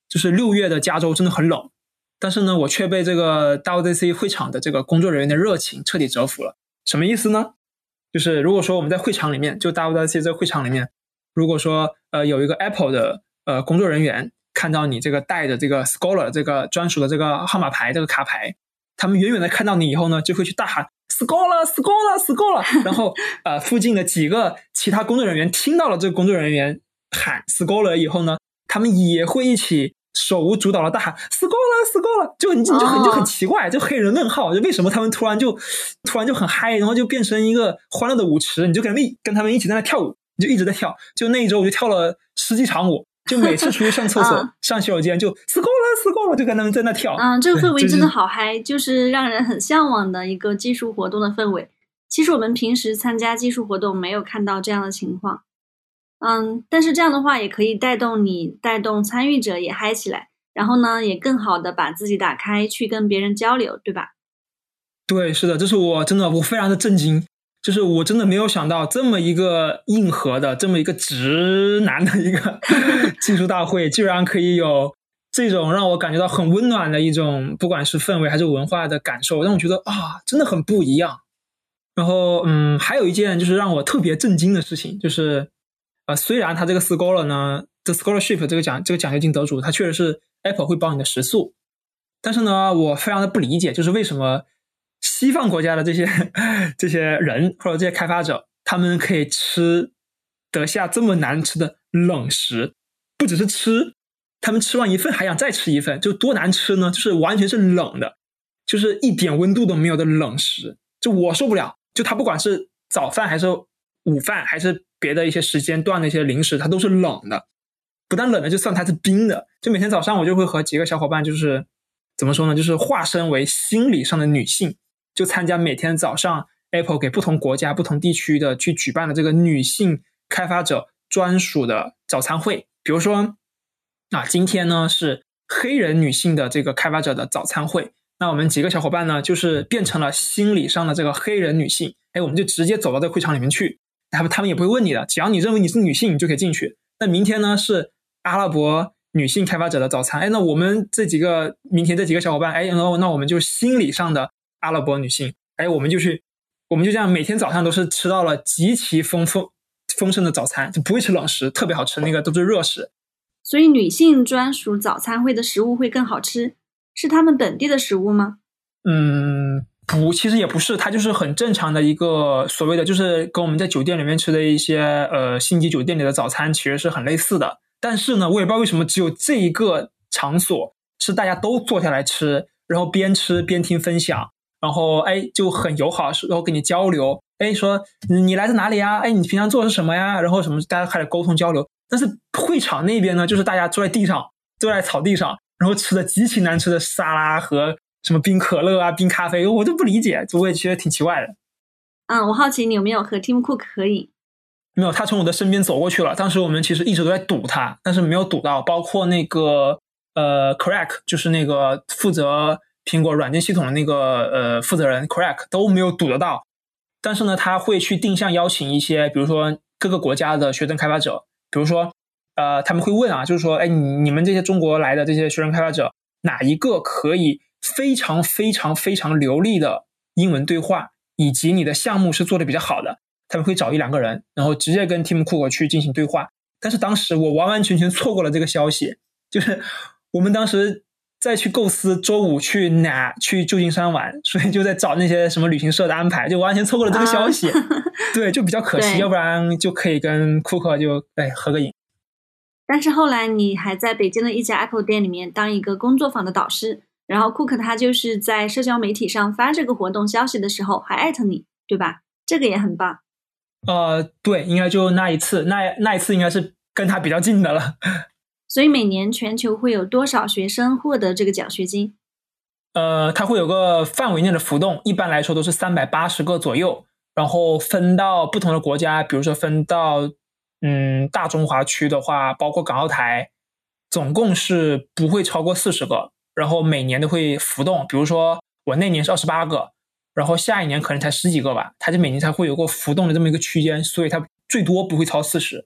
6月的加州真的很冷，但是呢，我却被这个 WWDC 会场的这个工作人员的热情彻底折服了。什么意思呢？就是如果说我们在会场里面，就 WWDC 这个会场里面，如果说有一个 Apple 的工作人员看到你这个带着这个 Scholar 这个专属的这个号码牌这个卡牌，他们远远的看到你以后呢，就会去大喊 Scholar Scholar Scholar， 然后附近的几个其他工作人员听到了这个工作人员喊 Scholar 以后呢，他们也会一起手舞足蹈的大喊 Scholar Scholar， 就很奇怪，就黑人问号，就为什么他们突然就很嗨，然后就变成一个欢乐的舞池，你就跟他们一起在那跳舞，你就一直在跳，就那一周我就跳了10几场舞，就每次出去上厕所上洗手间就 Scholar 就跟他们在那跳。 这个氛围真的好嗨，就是让人很向往的一个技术活动的氛围。其实我们平时参加技术活动没有看到这样的情况。但是这样的话也可以带动参与者也嗨起来，然后呢也更好的把自己打开去跟别人交流，对吧？ 对，是的，这是我非常的震惊，就是我真的没有想到这么一个硬核的这么一个直男的一个技术大会居然可以有这种让我感觉到很温暖的一种不管是氛围还是文化的感受，让我觉得真的很不一样。然后还有一件就是让我特别震惊的事情，就是虽然他这个 Scholar 呢，这 Scholarship 这个奖学金得主，他确实是 Apple 会包你的食宿，但是呢，我非常的不理解，就是为什么西方国家的这些人或者这些开发者，他们可以吃得下这么难吃的冷食，不只是吃，他们吃完一份还想再吃一份，就多难吃呢？就是完全是冷的，就是一点温度都没有的冷食，就我受不了。就他不管是早饭还是午饭还是别的一些时间段的一些零食，它都是冷的，不但冷的就算它是冰的。就每天早上我就会和几个小伙伴，就是怎么说呢，就是化身为心理上的女性，就参加每天早上 Apple 给不同国家不同地区的去举办的这个女性开发者专属的早餐会。比如说今天呢是黑人女性的这个开发者的早餐会，那我们几个小伙伴呢就是变成了心理上的这个黑人女性，我们就直接走到这个会场里面去，他们也不会问你的，只要你认为你是女性你就可以进去。那明天呢是阿拉伯女性开发者的早餐，那我们明天这几个小伙伴，那我们就心理上的阿拉伯女性，我们就这样每天早上都是吃到了极其丰盛的早餐，就不会吃冷食，特别好吃，那个都是热食。 所以女性专属早餐会的食物会更好吃，是他们本地的食物吗？ 不，其实也不是，它就是很正常的一个所谓的，就是跟我们在酒店里面吃的一些星级酒店里的早餐其实是很类似的。但是呢，我也不知道为什么只有这一个场所是大家都坐下来吃，然后边吃边听分享，然后就很友好，然后跟你交流，说你来自哪里呀？你平常做的是什么呀？然后什么大家开始沟通交流。但是会场那边呢，就是大家坐在地上，坐在草地上，然后吃的极其难吃的沙拉和什么冰可乐啊、冰咖啡，我都不理解，我也觉得挺奇怪的。 我好奇你有没有和 Tim Cook 合影？ 没有，他从我的身边走过去了。当时我们其实一直都在堵他，但是没有堵到。包括那个Crack， 就是那个负责苹果软件系统的那个负责人 Crack 都没有堵得到。但是呢，他会去定向邀请一些，比如说各个国家的学生开发者，比如说他们会问就是说你们这些中国来的这些学生开发者，哪一个可以非常非常非常流利的英文对话，以及你的项目是做的比较好的，他们会找1-2个人，然后直接跟 Tim Cook 去进行对话。但是当时我完完全全错过了这个消息，就是我们当时再去构思周5去旧金山玩，所以就在找那些什么旅行社的安排，就完全错过了这个消息。对，就比较可惜，要不然就可以跟 Cook 就合个影。 但是后来你还在北京的一家 Apple 店里面当一个工作坊的导师，然后 Cook 他就是在社交媒体上发这个活动消息的时候还艾特你，对吧？这个也很棒。 对，应该就那一次，那一次应该是跟他比较近的了。 所以每年全球会有多少学生获得这个奖学金？ 它会有个范围内的浮动，一般来说都是380个左右，然后分到不同的国家，比如说分到大中华区的话，包括港澳台，总共是不会超过40个，然后每年都会浮动。比如说我那年是28个，然后下一年可能才10几个吧，它就每年才会有个浮动的这么一个区间，所以它最多不会超40，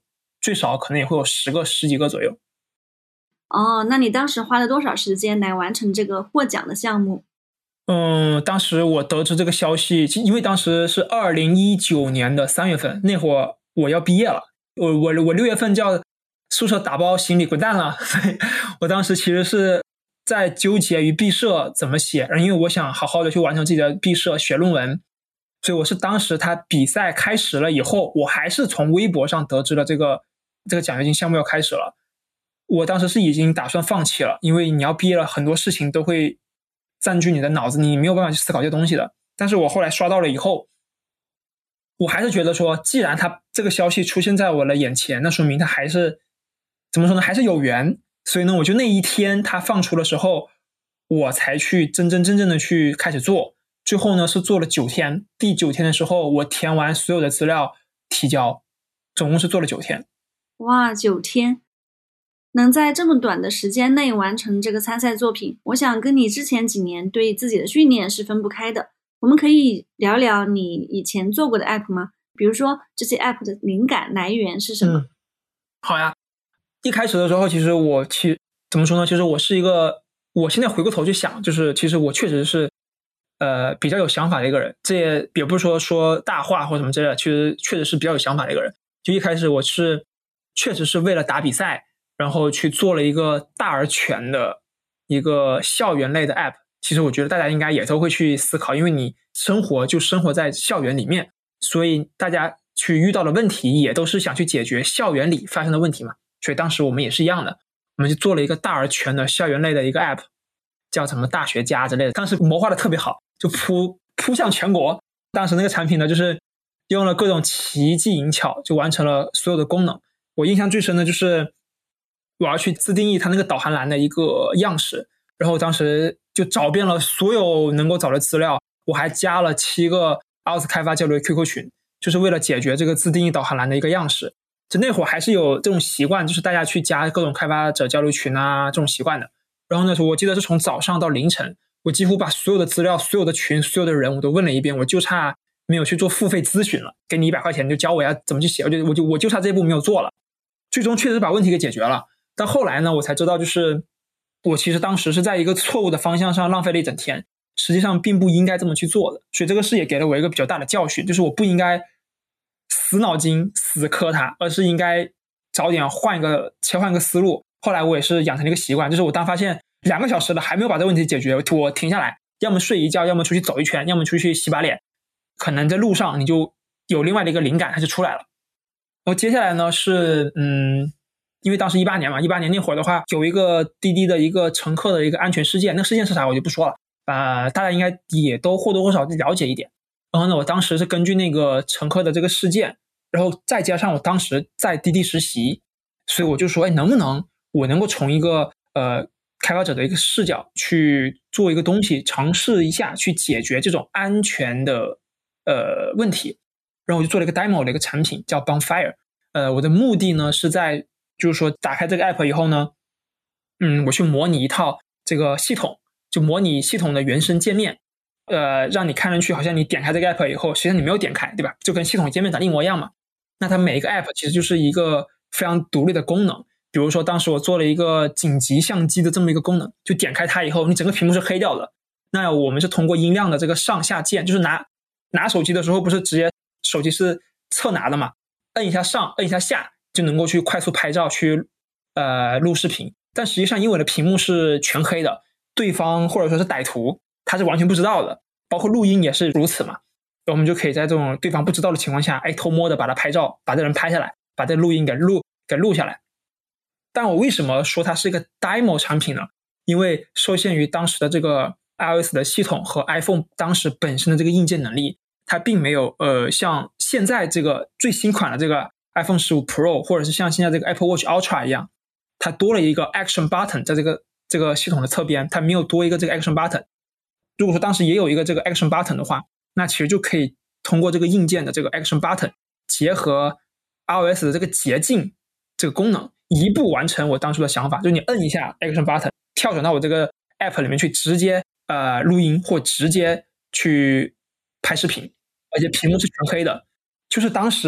最少可能也会有十几个左右。 哦，那你当时花了多少时间来完成这个获奖的项目？ 当时我得知这个消息，因为当时是2019年的3月份，那会儿我要毕业了，我6月份就要宿舍打包行李滚蛋了，所以我当时其实是在纠结于毕设怎么写，因为我想好好的去完成自己的毕设写论文，所以我是当时他比赛开始了以后，我还是从微博上得知了这个奖学金项目要开始了。我当时是已经打算放弃了，因为你要毕业了，很多事情都会占据你的脑子，你没有办法去思考这些东西的。但是我后来刷到了以后，我还是觉得说，既然他这个消息出现在我的眼前，那说明他还是怎么说呢，还是有缘。所以呢，我就那一天他放出的时候，我才去真正的去开始做。最后呢是做了9天，第9天的时候我填完所有的资料提交，总共是做了9天。 哇，9天。能在这么短的时间内完成这个参赛作品，我想跟你之前几年对自己的训练是分不开的。我们可以聊聊你以前做过的 app 吗？比如说这些 app 的灵感来源是什么？ 好呀。一开始的时候，其实怎么说呢？其实我是一个，我现在回过头去想，就是其实我确实是比较有想法的一个人。这也不是说大话或什么之类的，其实确实是比较有想法的一个人。就一开始我确实是为了打比赛，然后去做了一个大而全的一个校园类的 app。其实我觉得大家应该也都会去思考，因为你生活在校园里面，所以大家去遇到的问题也都是想去解决校园里发生的问题嘛。所以当时我们也是一样的，我们就做了一个大而全的校园类的一个 app， 叫什么大学家之类的。当时谋划的特别好，就扑向全国。当时那个产品呢，就是用了各种奇技淫巧，就完成了所有的功能。我印象最深的就是我要去自定义它那个导航栏的一个样式，然后当时就找遍了所有能够找的资料，我还加了7个 iOS 开发交流 QQ 群，就是为了解决这个自定义导航栏的一个样式。就那会儿还是有这种习惯，就是大家去加各种开发者交流群啊这种习惯的。然后呢，我记得是从早上到凌晨，我几乎把所有的资料、所有的群、所有的人我都问了一遍，我就差没有去做付费咨询了，给你100块钱就教我要怎么去写，我就差这一步没有做了。最终确实把问题给解决了。但后来呢，我才知道，就是我其实当时是在一个错误的方向上浪费了一整天，实际上并不应该这么去做的。所以这个事也给了我一个比较大的教训，就是我不应该死脑筋死磕它，而是应该早点切换一个思路。后来我也是养成了一个习惯，就是我当发现2个小时了还没有把这个问题解决，我停下来，要么睡一觉，要么出去走一圈，要么出去洗把脸，可能在路上你就有另外的一个灵感它就出来了。然后接下来呢是因为当时18年嘛，18年那会儿的话，有一个滴滴的一个乘客的一个安全事件，那事件是啥我就不说了，大家应该也都或多或少了解一点。然后呢，我当时是根据那个乘客的这个事件，然后再加上我当时在滴滴实习，所以我就说，能不能我能够从一个开发者的一个视角去做一个东西，尝试一下去解决这种安全的问题。然后我就做了一个 demo 的一个产品叫 Bonfire。我的目的呢是在就是说打开这个 app 以后呢，我去模拟一套这个系统，就模拟系统的原生界面，让你看上去好像你点开这个 app 以后，实际上你没有点开，对吧？就跟系统界面长得一模一样嘛。那它每一个 app 其实就是一个非常独立的功能。比如说当时我做了一个紧急相机的这么一个功能，就点开它以后，你整个屏幕是黑掉的。那我们是通过音量的这个上下键，就是拿手机的时候不是直接手机是侧拿的嘛，摁一下上，摁一下下就能够去快速拍照去录视频。但实际上因为我的屏幕是全黑的，对方或者说是歹徒他是完全不知道的，包括录音也是如此嘛。我们就可以在这种对方不知道的情况下，偷摸的把它拍照，把这人拍下来，把这录音给录下来。但我为什么说它是一个 demo 产品呢？因为受限于当时的这个 iOS 的系统和 iPhone 当时本身的这个硬件能力，它并没有像现在这个最新款的这个 iPhone 15 Pro 或者是像现在这个 Apple Watch Ultra 一样，它多了一个 Action Button 在这个系统的侧边，它没有多一个这个 Action Button。如果说当时也有一个这个 Action Button 的话，那其实就可以通过这个硬件的这个 Action Button 结合 iOS 的这个捷径这个功能，一步完成我当初的想法，就是你摁一下 Action Button 跳转到我这个 App 里面去，直接录音或直接去拍视频，而且屏幕是全黑的。就是当时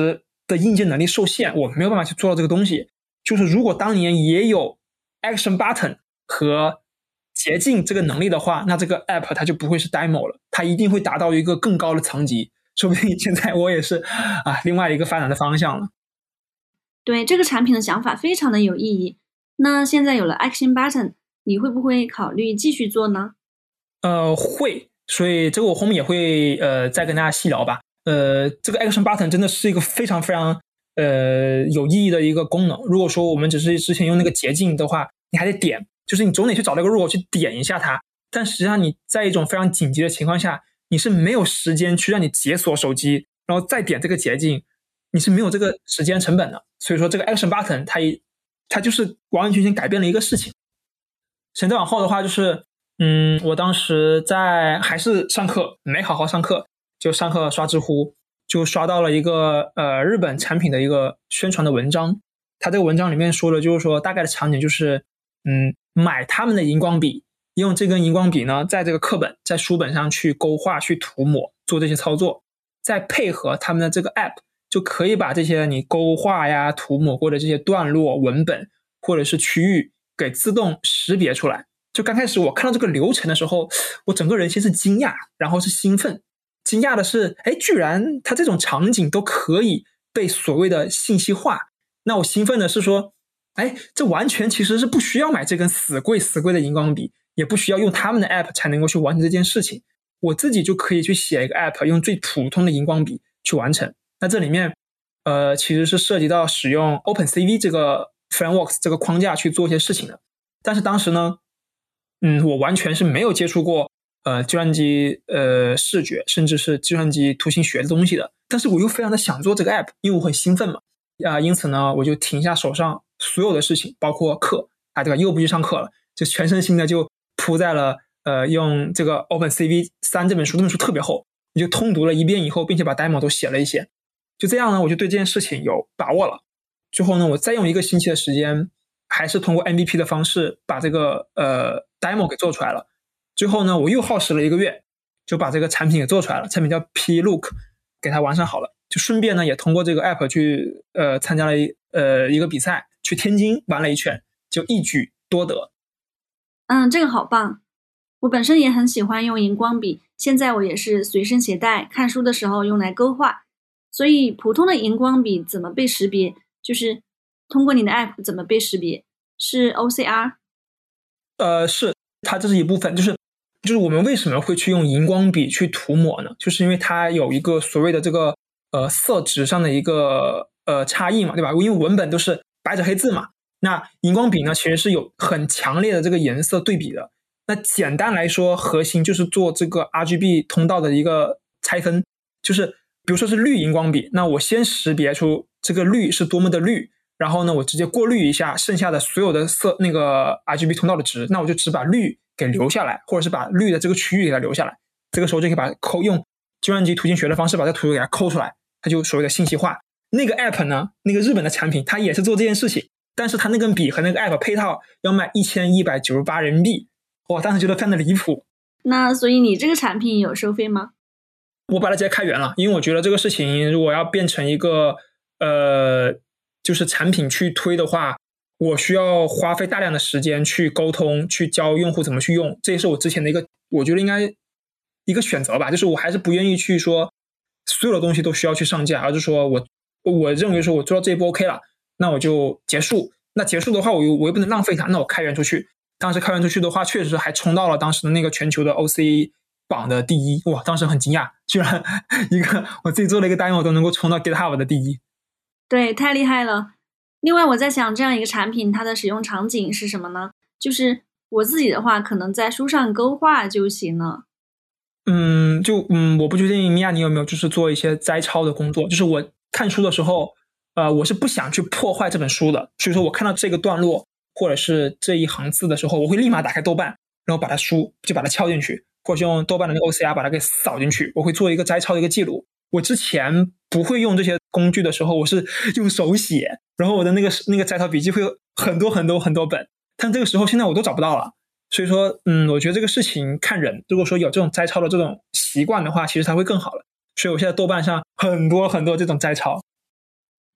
的硬件能力受限，我没有办法去做到这个东西。就是如果当年也有 Action Button 和捷径这个能力的话，那这个 App 它就不会是 demo 了，它一定会达到一个更高的层级。说不定现在我也是另外一个发展的方向了。 对，这个产品的想法非常的有意义。那现在有了 Action Button， 你会不会考虑继续做呢？ 会，所以这个我后面也会再跟大家细聊吧。这个 Action Button 真的是一个非常非常有意义的一个功能。如果说我们只是之前用那个捷径的话，你还得点，就是你总得去找那个 rule 去点一下它。但实际上你在一种非常紧急的情况下，你是没有时间去让你解锁手机，然后再点这个捷径，你是没有这个时间成本的。所以说这个 Action Button 它就是完完全全改变了一个事情。现在往后的话就是我当时还是上课，没好好上课，就上课刷知乎，就刷到了一个日本产品的一个宣传的文章。它这个文章里面说的就是说大概的场景就是买他们的荧光笔，用这根荧光笔呢在这个课本在书本上去勾画去涂抹做这些操作，再配合他们的这个 app， 就可以把这些你勾画呀涂抹过的这些段落文本或者是区域给自动识别出来。就刚开始我看到这个流程的时候，我整个人先是惊讶，然后是兴奋。惊讶的是居然它这种场景都可以被所谓的信息化。那我兴奋的是说这完全其实是不需要买这根死贵的荧光笔，也不需要用他们的 app 才能够去完成这件事情，我自己就可以去写一个 app， 用最普通的荧光笔去完成。那这里面其实是涉及到使用 OpenCV 这个 frameworks 这个框架去做一些事情的。但是当时呢我完全是没有接触过计算机视觉甚至是计算机图形学的东西的，但是我又非常的想做这个 app， 因为我很兴奋嘛因此呢我就停下手上所有的事情，包括课对吧，又不去上课了，就全身心的就扑在了用这个 OpenCV 3这本书特别厚，我就通读了一遍以后，并且把 demo 都写了一些。就这样呢我就对这件事情有把握了。最后呢我再用1个星期的时间，还是通过 MVP 的方式把这个demo 给做出来了。最后呢我又耗时了1个月，就把这个产品给做出来了，产品叫 P-Look， 给它完善好了。就顺便呢也通过这个 app 去参加了一个比赛，去天津玩了一圈，就一举多得。 这个好棒。我本身也很喜欢用荧光笔，现在我也是随身携带，看书的时候用来勾画。所以普通的荧光笔怎么被识别，就是通过你的 app 怎么被识别，是 OCR？ 是，它这是一部分。就是我们为什么会去用荧光笔去涂抹呢？就是因为它有一个所谓的这个色值上的一个差异嘛，对吧？因为文本都是白纸黑字嘛，那荧光笔呢其实是有很强烈的这个颜色对比的。那简单来说，核心就是做这个 RGB 通道的一个拆分，就是比如说是绿荧光笔，那我先识别出这个绿是多么的绿，然后呢我直接过滤一下剩下的所有的那个 RGB 通道的值，那我就只把绿给留下来，或者是把绿的这个区域给它留下来。这个时候就可以把用计算机图形学的方式把这图给它抠出来，它就所谓的信息化。那个 app 呢，那个日本的产品它也是做这件事情，但是它那根笔和那个 app 配套要卖1198人民币，我当时觉得非常的离谱。 那所以你这个产品有收费吗？ 我把它直接开源了，因为我觉得这个事情如果要变成一个就是产品去推的话，我需要花费大量的时间去沟通，去教用户怎么去用，这也是我之前的一个我觉得应该一个选择吧，就是我还是不愿意去说所有的东西都需要去上架，而是说我认为说我做到这一步 OK 了，那我就结束。那结束的话我又不能浪费它，那我开源出去。当时开源出去的话确实还冲到了当时的那个全球的 OC 榜的第1，哇，当时很惊讶，居然一个我自己做了一个 demo 都能够冲到 GitHub 的第1。 对，太厉害了。另外我在想，这样一个产品它的使用场景是什么呢？就是我自己的话可能在书上勾画就行了。 我不确定米娅你有没有就是做一些摘抄的工作，就是我看书的时候我是不想去破坏这本书的，所以说我看到这个段落或者是这一行字的时候，我会立马打开豆瓣，然后把它敲进去，或者用豆瓣的那个 OCR 把它给扫进去，我会做一个摘抄的一个记录。我之前不会用这些工具的时候，我是用手写，然后我的那个摘抄笔记会有很多很多很多本，但这个时候现在我都找不到了。所以说我觉得这个事情看人，如果说有这种摘抄的这种习惯的话，其实它会更好了。所以我现在豆瓣上很多很多这种摘抄。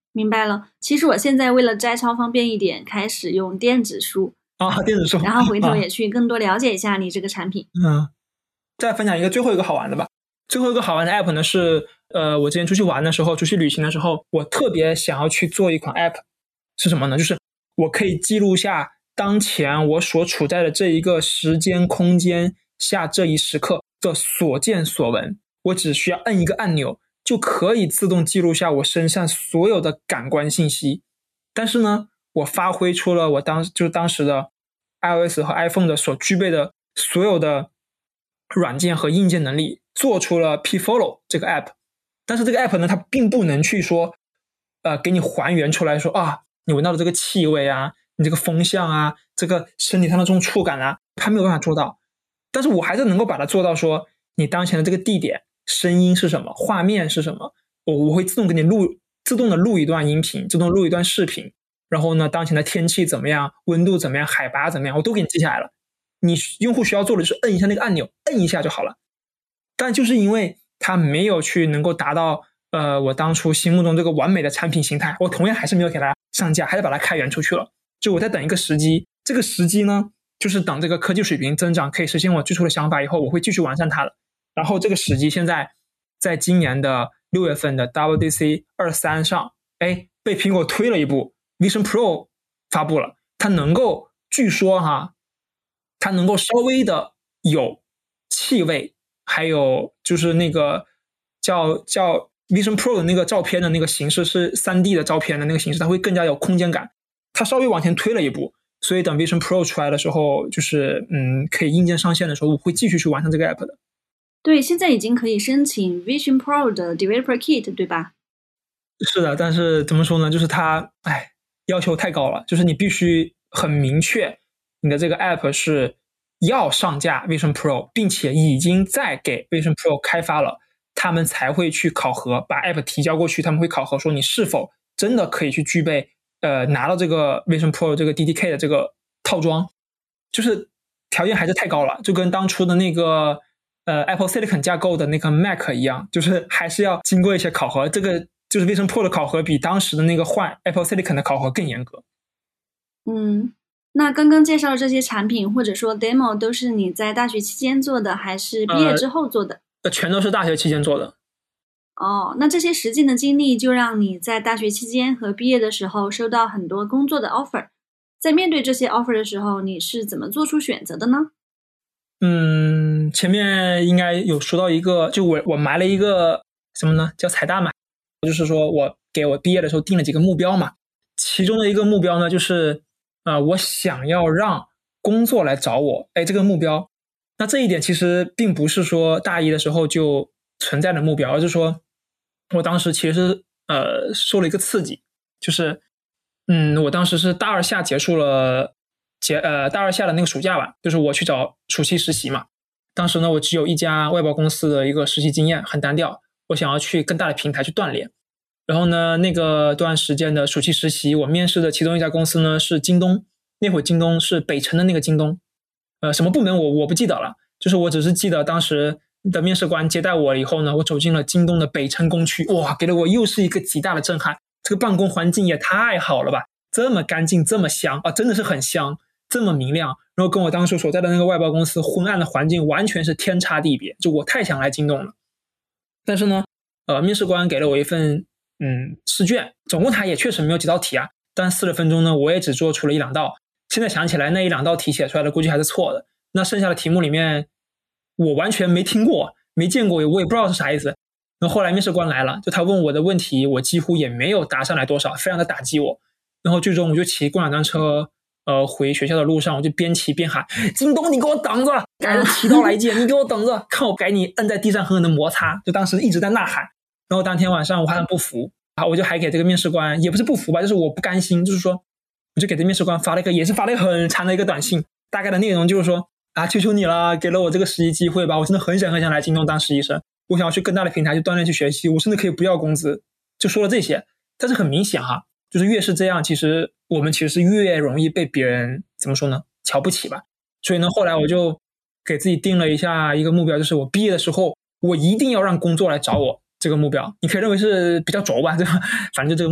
明白了。其实我现在为了摘抄方便一点，开始用电子书啊，电子书， 然后回头也去更多了解一下你这个产品。 再分享最后一个好玩的吧。最后一个好玩的 app 呢是，我之前出去玩的时候，出去旅行的时候，我特别想要去做一款 app， 是什么呢？就是我可以记录下当前我所处在的这一个时间空间下这一时刻的所见所闻，我只需要摁一个按钮，就可以自动记录下我身上所有的感官信息。但是呢，我发挥出了我当时的 iOS 和 iPhone 的所具备的所有的软件和硬件能力，做出了 P-Follow 这个 app。 但是这个 app 呢，它并不能去说给你还原出来说啊，你闻到的这个气味啊，你这个风向啊，这个身体上的这种触感啊，它没有办法做到。但是我还是能够把它做到说，你当前的这个地点声音是什么，画面是什么，我会自动给你自动的录一段音频，自动录一段视频，然后呢，当前的天气怎么样，温度怎么样，海拔怎么样，我都给你记下来了。你用户需要做的就是摁一下那个按钮，摁一下就好了。但就是因为它没有去能够达到我当初心目中这个完美的产品形态，我同样还是没有给它上架，还是把它开源出去了。就我在等一个时机，这个时机呢，就是等这个科技水平增长可以实现我最初的想法以后，我会继续完善它的。然后这个时机现在在今年的6月份的 WWDC 23上，被苹果推了一步， Vision Pro 发布了，它能够据说它能够稍微的有气味，还有就是那个叫 Vision Pro 的那个照片的那个形式是 3D 的照片的那个形式，它会更加有空间感，它稍微往前推了一步。所以等 Vision Pro 出来的时候，就是可以硬件上线的时候，我会继续去完成这个 app 的。 对，现在已经可以申请 Vision Pro 的 Developer Kit 对吧？ 是的，但是怎么说呢，就是它要求太高了，就是你必须很明确你的这个 app 是要上架 Vision Pro， 并且已经在给 Vision Pro 开发了，他们才会去考核，把 app 提交过去，他们会考核说你是否真的可以去具备拿到这个 Vision Pro 这个 DDK 的这个套装，就是条件还是太高了，就跟当初的那个Apple Silicon 架构的那个 Mac 一样，就是还是要经过一些考核，这个就是 Vision Pro 的考核比当时的那个换 Apple Silicon 的考核更严格。 那刚刚介绍这些产品或者说 demo 都是你在大学期间做的，还是毕业之后做的？ 全都是大学期间做的。 那这些实际的经历就让你在大学期间和毕业的时候收到很多工作的 offer。在面对这些 offer 的时候，你是怎么做出选择的呢？ 前面应该有说到一个，就我埋了一个什么呢？叫彩蛋嘛，就是说我给我毕业的时候定了几个目标嘛，其中的一个目标呢，就是我想要让工作来找我，这个目标。那这一点其实并不是说大一的时候就存在的目标，而是说我当时其实受了一个刺激，就是我当时是大二下结束了大二下的那个暑假吧，就是我去找暑期实习嘛。当时呢，我只有一家外包公司的一个实习经验，很单调，我想要去更大的平台去锻炼。然后呢，那个段时间的暑期实习，我面试的其中一家公司呢是京东，那会儿京东是北辰的那个京东，什么部门我不记得了，就是我只是记得当时的面试官接待我以后呢，我走进了京东的北辰工区，哇，给了我又是一个极大的震撼。这个办公环境也太好了吧，这么干净，这么香啊，真的是很香，这么明亮，然后跟我当初所在的那个外包公司昏暗的环境完全是天差地别，就我太想来京东了。但是呢，面试官给了我一份试卷，总共他也确实没有几道题啊，但40分钟呢，我也只做出了1-2道。现在想起来，那1-2道题写出来的估计还是错的。那剩下的题目里面，我完全没听过，没见过，我也不知道是啥意思。然后后来面试官来了，就他问我的问题，我几乎也没有答上来多少，非常的打击我。然后最终我就骑共享单车回学校的路上，我就边骑边喊：京东，你给我等着，改了7刀来见，你给我等着，看我给你摁在地上狠狠的摩擦。就当时一直在呐喊。然后当天晚上我还很不服我就还给这个面试官，也不是不服吧，就是我不甘心，就是说我就给这面试官发了一个很长的一个短信，大概的内容就是说求求你了，给了我这个实习机会吧，我真的很想来京东当实习生，我想要去更大的平台去锻炼去学习，我甚至可以不要工资，就说了这些。但是很明显就是越是这样，其实我们是越容易被别人怎么说呢，瞧不起吧。所以呢，后来我就给自己定了一个目标，就是我毕业的时候我一定要让工作来找我，这个目标你可以认为是比较轴吧，对吧？反正就这个目标。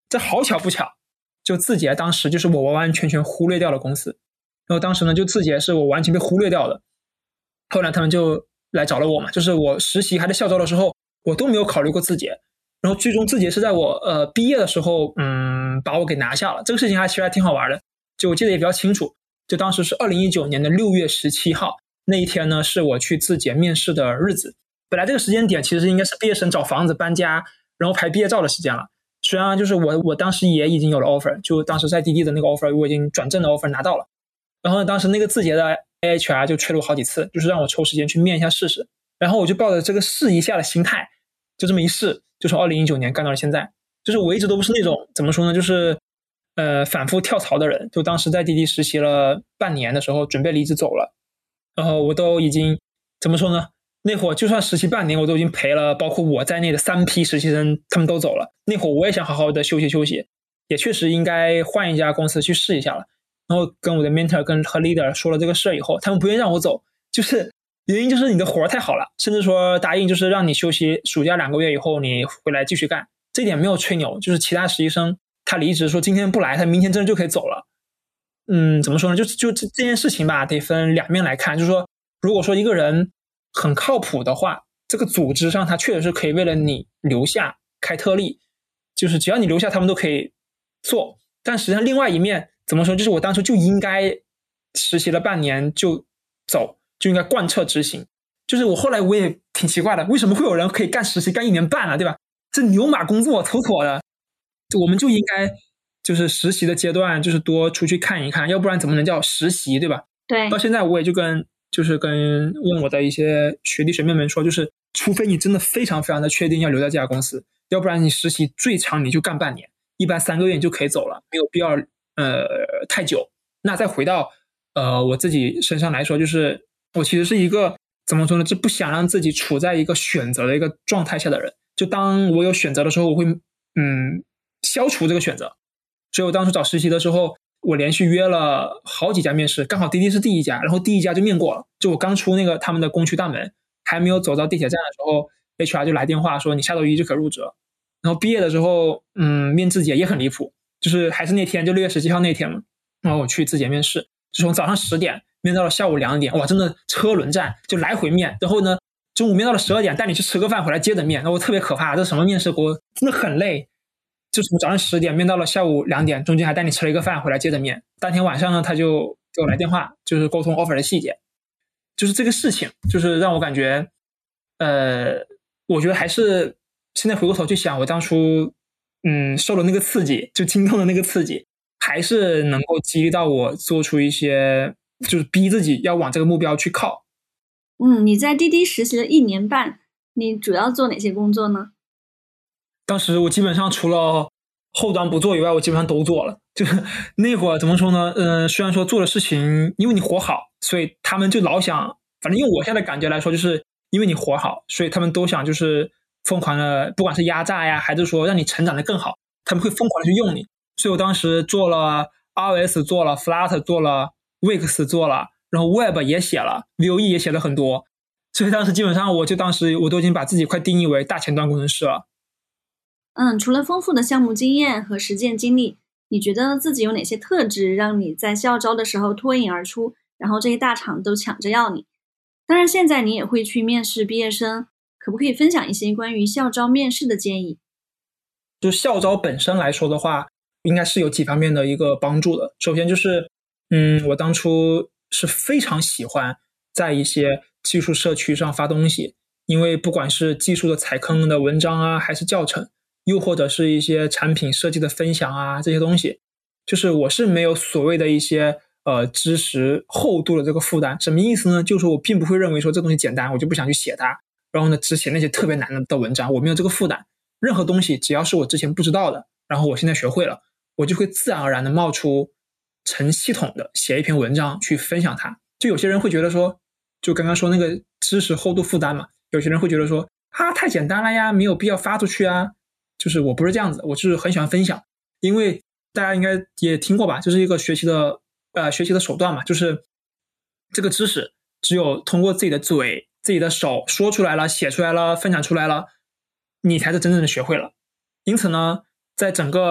这好巧不巧，就字节当时就是我完完全全忽略掉了公司，然后当时呢就字节是我完全被忽略掉的。后来他们就来找了我嘛，就是我实习还在校招的时候，我都没有考虑过字节，然后最终字节是在我毕业的时候把我给拿下了。这个事情其实还挺好玩的，就我记得也比较清楚，就当时是2019年的6月17号那一天呢，是我去字节面试的日子。本来这个时间点其实应该是毕业生找房子搬家然后拍毕业照的时间了，虽然就是我当时也已经有了 offer， 就当时在滴滴的那个 offer 我已经转正的 offer 拿到了，然后呢当时那个字节的 HR 就催了我好几次，就是让我抽时间去面一下试试，然后我就抱着这个试一下的心态，就这么一试，就从2019年干到了现在。就是我一直都不是那种怎么说呢，就是反复跳槽的人，就当时在滴滴实习了半年的时候准备离职走了，然后我都已经怎么说呢，那会儿就算实习半年我都已经陪了包括我在内的3批实习生他们都走了，那会儿我也想好好的休息休息，也确实应该换一家公司去试一下了。然后跟我的 mentor 和 leader 说了这个事以后，他们不愿意让我走，就是原因就是你的活太好了，甚至说答应就是让你休息暑假2个月以后你回来继续干，这点没有吹牛，就是其他实习生他离职说今天不来他明天真的就可以走了。怎么说呢，就这件事情吧得分两面来看，就是说如果说一个人很靠谱的话，这个组织上他确实是可以为了你留下开特例，就是只要你留下他们都可以做。但实际上另外一面怎么说，就是我当初就应该实习了半年就走，就应该贯彻执行。就是我后来我也挺奇怪的，为什么会有人可以干实习干1年半啊，对吧？这牛马工作妥妥的，我们就应该就是实习的阶段就是多出去看一看，要不然怎么能叫实习，对吧？ 对。 到现在我也就跟问我的一些学弟学妹们说，就是除非你真的非常非常的确定要留在这家公司，要不然你实习最长你就干半年，一般3个月你就可以走了，没有必要太久。那再回到我自己身上来说，就是我其实是一个怎么说呢，就不想让自己处在一个选择的一个状态下的人，就当我有选择的时候我会消除这个选择。所以我当初找实习的时候，我连续约了好几家面试，刚好滴滴是第一家，然后第一家就面过了，就我刚出那个他们的工区大门，还没有走到地铁站的时候 HR 就来电话说你下周1就可入职了。然后毕业的时候面字节也很离谱，就是还是那天就6月17号那天嘛，然后我去字节面试，就从早上10点面到了下午2点，哇，真的车轮战就来回面，然后呢中午面到了12点带你去吃个饭回来接着面，然后特别可怕，这什么面试活真的很累，就从早上10点面到了下午2点，中间还带你吃了一个饭回来接着面。当天晚上呢他就给我来电话，就是沟通 offer 的细节。就是这个事情就是让我感觉我觉得还是现在回过头去想，我当初受了那个刺激，就惊动的那个刺激，还是能够激励到我做出一些就是逼自己要往这个目标去靠。 你在滴滴实习了1年半，你主要做哪些工作呢？ 当时我基本上除了后端不做以外，我基本上都做了。就是那会儿怎么说呢？虽然说做的事情，因为你活好，所以他们就老想，反正用我现在的感觉来说，就是因为你活好，所以他们都想就是疯狂的，不管是压榨呀，还是说让你成长的更好，他们会疯狂的去用你。所以我当时做了 iOS 做了 Flutter 做了 Wix 做了，然后 Web 也写了 VOE 也写了很多，所以当时基本上我都已经把自己快定义为大前端工程师了。 除了丰富的项目经验和实践经历，你觉得自己有哪些特质让你在校招的时候脱颖而出，然后这些大厂都抢着要你？当然现在你也会去面试毕业生，可不可以分享一些关于校招面试的建议？ 就校招本身来说的话，应该是有几方面的一个帮助的。首先就是我当初是非常喜欢在一些技术社区上发东西，因为不管是技术的踩坑的文章啊，还是教程，又或者是一些产品设计的分享啊，这些东西，就是我是没有所谓的一些知识厚度的这个负担。什么意思呢？就是我并不会认为说这东西简单我就不想去写它，然后呢只写那些特别难的文章，我没有这个负担。任何东西只要是我之前不知道的，然后我现在学会了，我就会自然而然的冒出成系统的写一篇文章去分享它。就有些人会觉得说，就刚刚说那个知识厚度负担嘛，有些人会觉得说太简单了呀，没有必要发出去啊。就是我不是这样子，我就是很喜欢分享，因为大家应该也听过吧，就是一个学习的手段嘛，就是这个知识只有通过自己的嘴、自己的手说出来了、写出来了、分享出来了，你才是真正的学会了。因此呢，在整个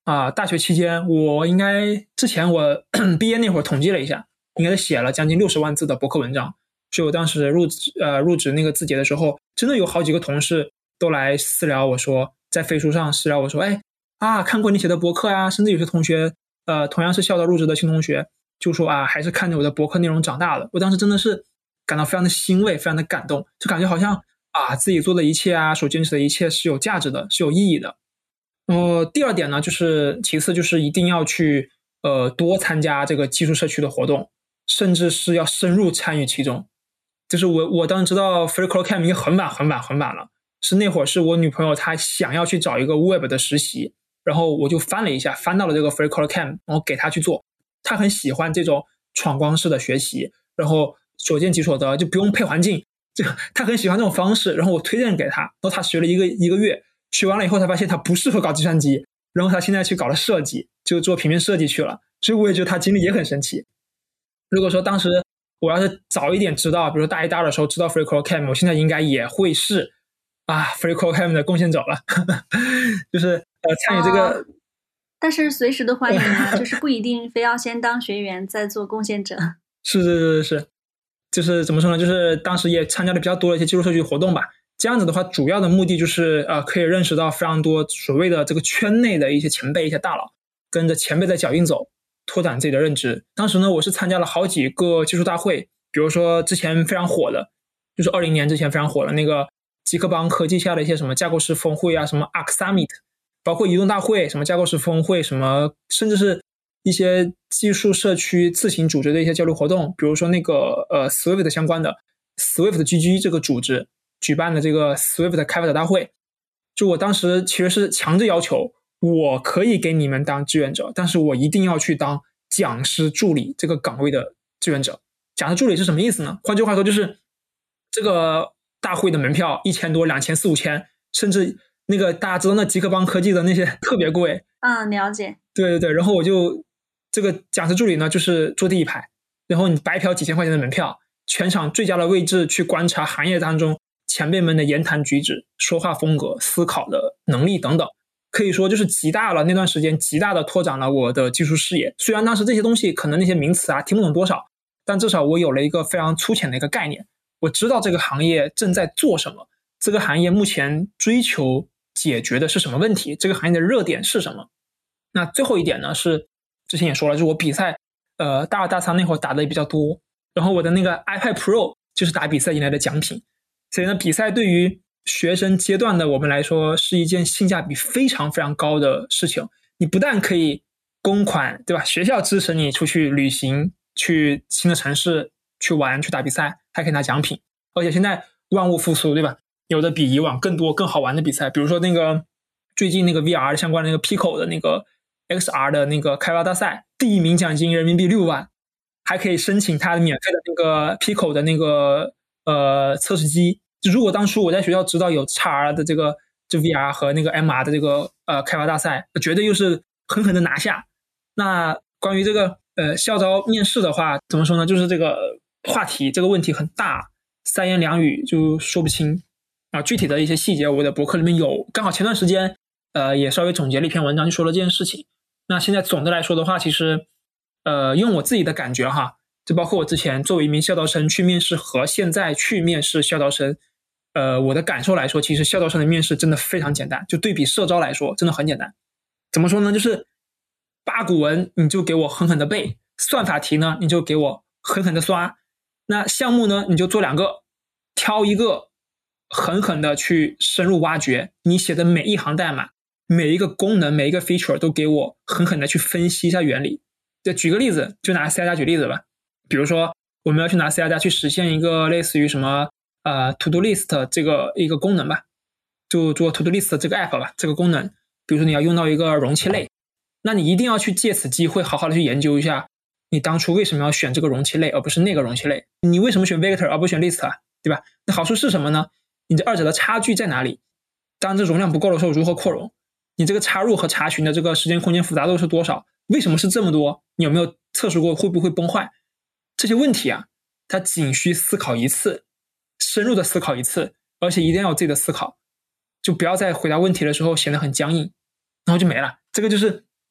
大学期间我应该之前我毕业那会儿统计了一下，应该是写了将近60万字的博客文章。所以我当时入职那个字节的时候，真的有好几个同事都来私聊我说，在飞书上私聊我说，看过你写的博客呀，甚至有些同学同样是校招入职的新同学就说还是看着我的博客内容长大的。我当时真的是感到非常的欣慰，非常的感动，就感觉好像自己做的一切所坚持的一切是有价值的，是有意义的。第二点呢，其次就是一定要去多参加这个技术社区的活动，甚至是要深入参与其中。就是我当时知道 FreeCodeCamp 已经很晚了，是那会儿是我女朋友她想要去找一个 Web 的实习，然后我就翻了一下，翻到了这个 FreeCodeCamp， 然后给她去做。她很喜欢这种闯关式的学习，然后所见即所得，就不用配环境，她很喜欢这种方式，然后我推荐给她，然后她学了一个月，学完了以后她发现她不适合搞计算机，然后她现在去搞了设计，就做平面设计去了。所以我也觉得她经历也很神奇。如果说当时我要是早一点知道，比如说大一大二的时候知道 FreeCodeCamp， 我现在应该也会是FreeCodeCamp 的贡献者了就是参与这个但是随时都欢迎啊就是不一定非要先当学员再做贡献者。 是，就是怎么说呢，就是当时也参加了比较多的一些技术社区活动吧。这样子的话，主要的目的就是可以认识到非常多所谓的这个圈内的一些前辈、一些大佬，跟着前辈的脚印走，拓展自己的认知。当时呢，我是参加了好几个技术大会，比如说之前非常火的，就是20年之前非常火的那个极客邦科技下的一些什么架构师峰会什么 Arc Summit， 包括移动大会，什么架构师峰会，什么甚至是一些技术社区自行组织的一些交流活动，比如说那个Swift 相关的 Swift GG 这个组织举办的这个 Swift 开发者大会，就我当时其实是强制要求，我可以给你们当志愿者，但是我一定要去当讲师助理这个岗位的志愿者。讲师助理是什么意思呢？换句话说，就是这个大会的门票1000多、2000、4、5000，甚至那个大家知道那极客邦科技的那些特别贵。 了解。 对，然后我就这个讲师助理呢，就是坐第一排，然后你白嫖几千块钱的门票，全场最佳的位置去观察行业当中前辈们的言谈举止、说话风格、思考的能力等等。可以说就是那段时间极大的拓展了我的技术视野。虽然当时这些东西可能那些名词听不懂多少，但至少我有了一个非常粗浅的一个概念，我知道这个行业正在做什么，这个行业目前追求解决的是什么问题，这个行业的热点是什么。那最后一点呢，是之前也说了，就是我比赛大二大三那会儿打的也比较多，然后我的那个 iPad Pro 就是打比赛赢来的奖品。所以呢，比赛对于学生阶段的我们来说是一件性价比非常非常高的事情。你不但可以公款，对吧？学校支持你出去旅行，去新的城市去玩，去打比赛，还可以拿奖品。而且现在万物复苏，对吧？有的比以往更多更好玩的比赛，比如说那个最近那个 VR 相关的那个 Pico 的那个 XR 的那个开发大赛，第1名奖金人民币6万，还可以申请他的免费的那个 Pico 的那个测试机。就如果当初我在学校知道有 XR 的这个VR 和那个 MR 的这个开发大赛，绝对又是狠狠的拿下。那关于这个校招面试的话，怎么说呢？就是这个话题这个问题很大，3言2语就说不清具体的一些细节我的博客里面有，刚好前段时间也稍微总结了一篇文章，就说了这件事情。那现在总的来说的话，其实用我自己的感觉就包括我之前作为一名校招生去面试和现在去面试校招生，我的感受来说，其实校招生的面试真的非常简单，就对比社招来说真的很简单。怎么说呢？就是八股文你就给我狠狠的背，算法题呢你就给我狠狠的刷，那项目呢你就做2个，挑一个狠狠的去深入挖掘，你写的每一行代码，每一个功能，每一个 feature 都给我狠狠的去分析一下原理。就举个例子，就拿 C++ 举例子吧。比如说我们要去拿 C++ 去实现一个类似于什么To Do List 这个一个功能吧，就做 To Do List 这个 app 吧，这个功能，比如说你要用到一个容器类，那你一定要去借此机会好好的去研究一下，你当初为什么要选这个容器类而不是那个容器类，你为什么选 Vector 而不选 List 对吧？那好处是什么呢？你这二者的差距在哪里？当这容量不够的时候如何扩容？你这个插入和查询的这个时间空间复杂度是多少？为什么是这么多？你有没有测试过会不会崩坏？这些问题它仅需思考一次，深入的思考一次，而且一定要有自己的思考，就不要在回答问题的时候显得很僵硬，然后就没了。这个就是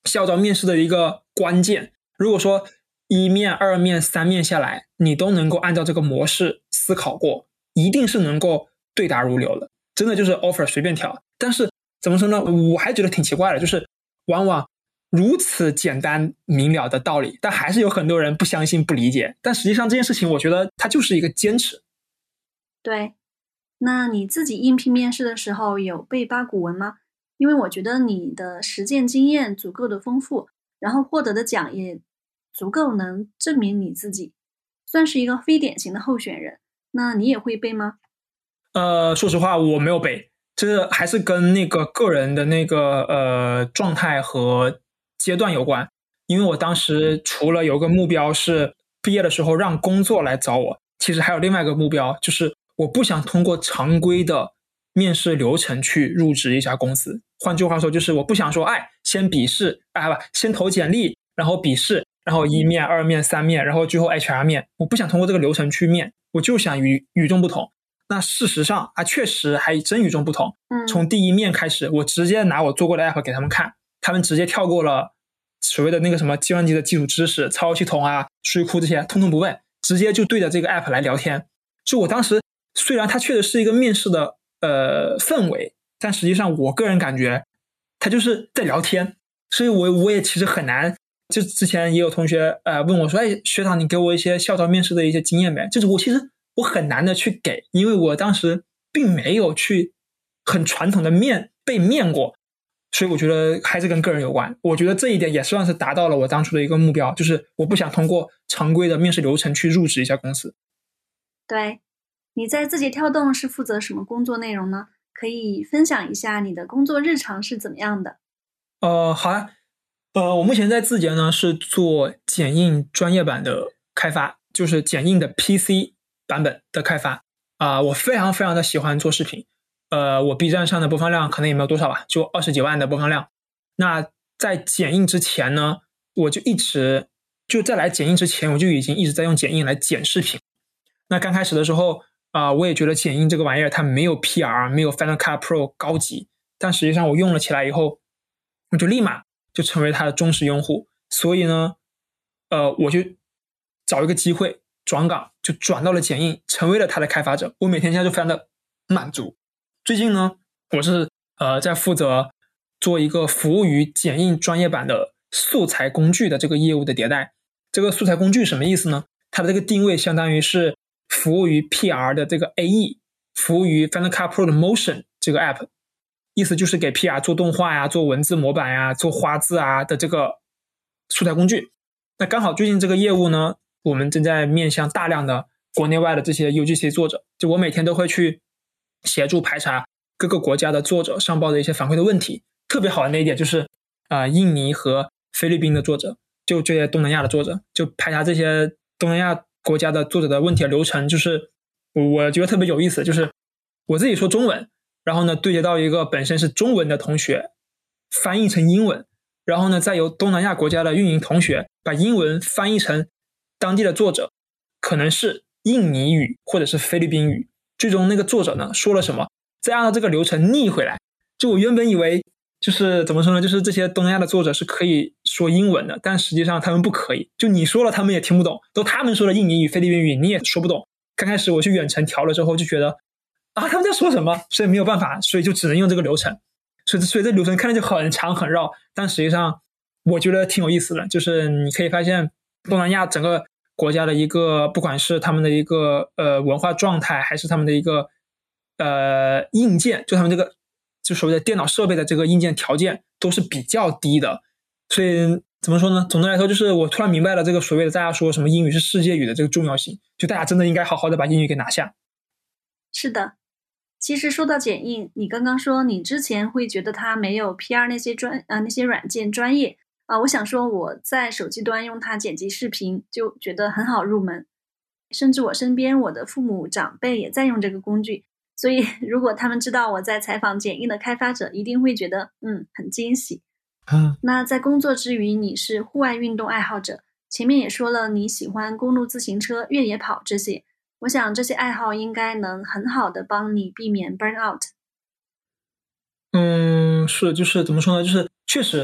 校招面试的一个关键。如果说1面、2面、3面下来，你都能够按照这个模式思考过，一定是能够对答如流的，真的就是 offer 随便挑。但是怎么说呢，我还觉得挺奇怪的，就是往往如此简单明了的道理，但还是有很多人不相信不理解。但实际上这件事情我觉得它就是一个坚持。 对，那你自己应聘面试的时候有背八股文吗？因为我觉得你的实践经验足够的丰富，然后获得的奖也足够能证明你自己，算是一个非典型的候选人。那你也会背吗？ 说实话我没有背，这还是跟那个个人的那个状态和阶段有关。因为我当时除了有个目标是毕业的时候让工作来找我，其实还有另外一个目标，就是我不想通过常规的面试流程去入职一家公司。换句话说，就是我不想说先笔试先投简历，然后笔试，然后1面、2面、3面，然后最后 HR 面，我不想通过这个流程去面，我就想与众不同。那事实上确实还真与众不同。从第1面开始，我直接拿我做过的 app 给他们看，他们直接跳过了所谓的那个什么计算机的基础知识、操作系统数据库这些通通不问，直接就对着这个 app 来聊天。就我当时虽然它确实是一个面试的氛围，但实际上我个人感觉它就是在聊天。所以我也其实很难，就之前也有同学问我说，学长你给我一些校招面试的一些经验呗，就是我很难的去给，因为我当时并没有去很传统的被面过，所以我觉得还是跟个人有关。我觉得这一点也算是达到了我当初的一个目标，就是我不想通过常规的面试流程去入职一家公司。 对，你在字节跳动是负责什么工作内容呢？可以分享一下你的工作日常是怎么样的？ 好啊。我目前在字节呢是做剪映专业版的开发，就是剪映的 PC 版本的开发。我非常非常的喜欢做视频。我 B 站上的播放量可能也没有多少吧，就20几万的播放量。那在剪映之前呢，我就在来剪映之前，我就已经一直在用剪映来剪视频。那刚开始的时候我也觉得剪映这个玩意儿它没有 PR 没有 Final Cut Pro 高级，但实际上我用了起来以后，我就立马就成为它的忠实用户。所以呢我就找一个机会转岗，就转到了剪映，成为了它的开发者。我每天现在就非常的满足。最近呢我是在负责做一个服务于剪映专业版的素材工具的这个业务的迭代。这个素材工具什么意思呢？它的这个定位相当于是服务于 PR 的这个 AE， 服务于 Final Cut Pro 的 Motion 这个 app， 意思就是给 PR 做动画做文字模板做花字的这个素材工具。那刚好最近这个业务呢，我们正在面向大量的国内外的这些 UGC 作者，就我每天都会去协助排查各个国家的作者上报的一些反馈的问题。特别好的那一点就是印尼和菲律宾的作者，就这些东南亚的作者，就排查这些东南亚国家的作者的问题的流程，就是我觉得特别有意思。就是我自己说中文，然后呢对接到一个本身是中文的同学翻译成英文，然后呢再由东南亚国家的运营同学把英文翻译成当地的作者可能是印尼语或者是菲律宾语，最终那个作者呢说了什么，再按照这个流程逆回来。就我原本以为就是怎么说呢，就是这些东南亚的作者是可以说英文的，但实际上他们不可以，就你说了他们也听不懂，都他们说的印尼语菲律宾语你也说不懂。刚开始我去远程调了之后就觉得他们在说什么，所以没有办法，所以就只能用这个流程。所以这流程看着就很长很绕，但实际上我觉得挺有意思的。就是你可以发现东南亚整个国家的一个，不管是他们的一个文化状态，还是他们的一个硬件，就他们这个就所谓的电脑设备的这个硬件条件都是比较低的。所以怎么说呢，总的来说就是我突然明白了这个所谓的大家说什么英语是世界语的这个重要性，就大家真的应该好好的把英语给拿下。 是的，其实说到剪映，你刚刚说你之前会觉得它没有 PR 那些软件专业我想说我在手机端用它剪辑视频就觉得很好入门，甚至我身边我的父母长辈也在用这个工具，所以如果他们知道我在采访剪映的开发者，一定会觉得很惊喜。那在工作之余，你是户外运动爱好者，前面也说了你喜欢公路自行车、越野跑这些，我想这些爱好应该能很好的帮你避免 burn out。 是，就是怎么说呢，就是确实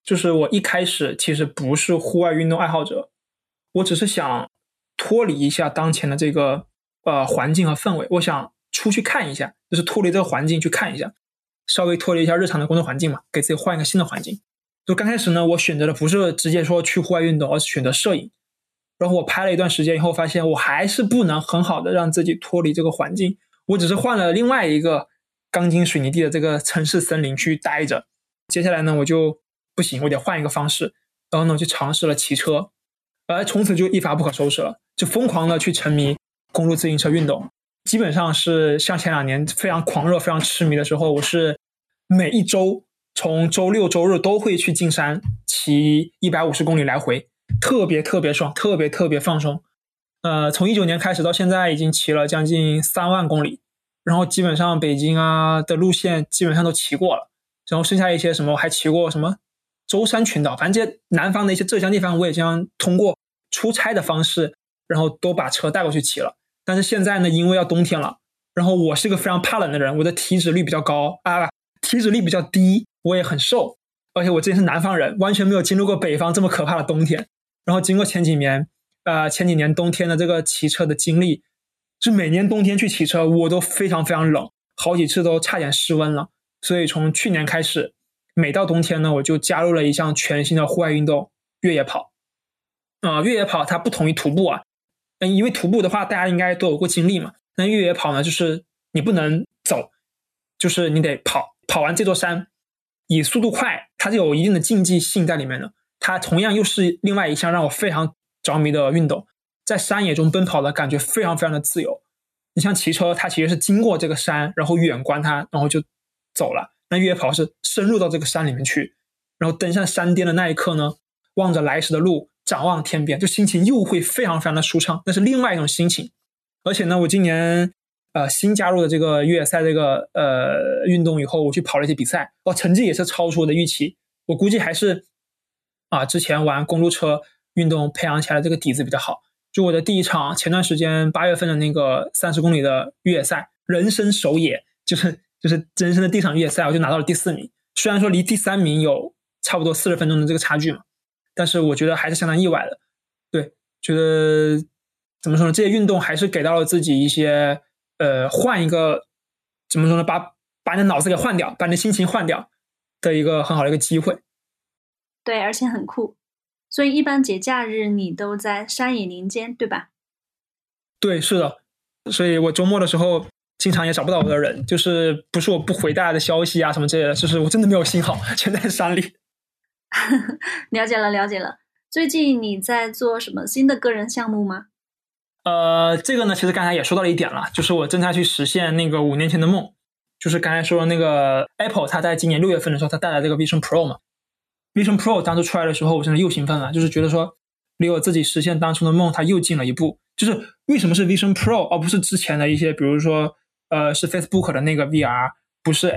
就是我一开始其实不是户外运动爱好者，我只是想脱离一下当前的这个环境和氛围，我想出去看一下，就是脱离这个环境去看一下，稍微脱离一下日常的工作环境嘛，给自己换一个新的环境。就刚开始呢，我选择的不是直接说去户外运动，而是选择摄影。然后我拍了一段时间以后，发现我还是不能很好的让自己脱离这个环境，我只是换了另外一个钢筋水泥地的这个城市森林去待着。接下来呢，我就不行，我得换一个方式。然后呢，我就尝试了骑车，从此就一发不可收拾了，就疯狂的去沉迷公路自行车运动。基本上是像前2年非常狂热、非常痴迷的时候，我是每一周从周六周日都会去进山骑150公里来回，特别特别爽，特别特别放松。从19年开始到现在已经骑了将近3万公里，然后基本上北京啊的路线基本上都骑过了，然后剩下一些什么我还骑过什么舟山群岛，反正这些南方的一些浙江地方我也将通过出差的方式，然后都把车带过去骑了。但是现在呢，因为要冬天了，然后我是个非常怕冷的人，我的体脂率比较高体脂率比较低，我也很瘦，而且我之前是南方人，完全没有经历过北方这么可怕的冬天。然后经过前几年冬天的这个骑车的经历，是每年冬天去骑车我都非常非常冷，好几次都差点失温了。所以从去年开始，每到冬天呢，我就加入了一项全新的户外运动——越野跑。越野跑它不同于徒步啊，因为徒步的话大家应该都有过经历嘛。那越野跑呢，就是你不能走，就是你得跑完这座山，以速度快，它是有一定的竞技性在里面的。它同样又是另外一项让我非常着迷的运动，在山野中奔跑的感觉非常非常的自由。你像骑车，它其实是经过这个山，然后远观它，然后就走了。那越野跑是深入到这个山里面去，然后登上山巅的那一刻呢，望着来时的路，展望天边，就心情又会非常非常的舒畅，那是另外一种心情。而且呢，我今年新加入的这个越野赛这个运动以后，我去跑了一些比赛，成绩也是超出我的预期。我估计还是之前玩公路车运动培养起来的这个底子比较好。就我的第一场前段时间8月份的那个30公里的越野赛，人生首野，就是人生的第一场越野赛，我就拿到了第4名。虽然说离第3名有差不多40分钟的这个差距嘛，但是我觉得还是相当意外的。对，觉得怎么说呢，这些运动还是给到了自己一些换一个怎么说呢，把你的脑子给换掉，把你的心情换掉的一个很好的一个机会。 对，而且很酷。所以一般节假日你都在山野林间，对吧？ 对，是的。所以我周末的时候经常也找不到我的人，就是不是我不回大家的消息啊什么之类的，就是我真的没有信号，全在山里。 了解了。最近你在做什么新的个人项目吗？ 这个呢，其实刚才也说到了一点了，就是我正在去实现那个5年前的梦，就是刚才说的那个 Apple， 它在今年6月份的时候，它带来这个 Vision Pro 嘛。Vision Pro 当初出来的时候，我真的又兴奋了，就是觉得说离我自己实现当初的梦它又近了一步。就是为什么是 Vision Pro 而不是之前的一些，比如说是 Facebook 的那个 VR， 不是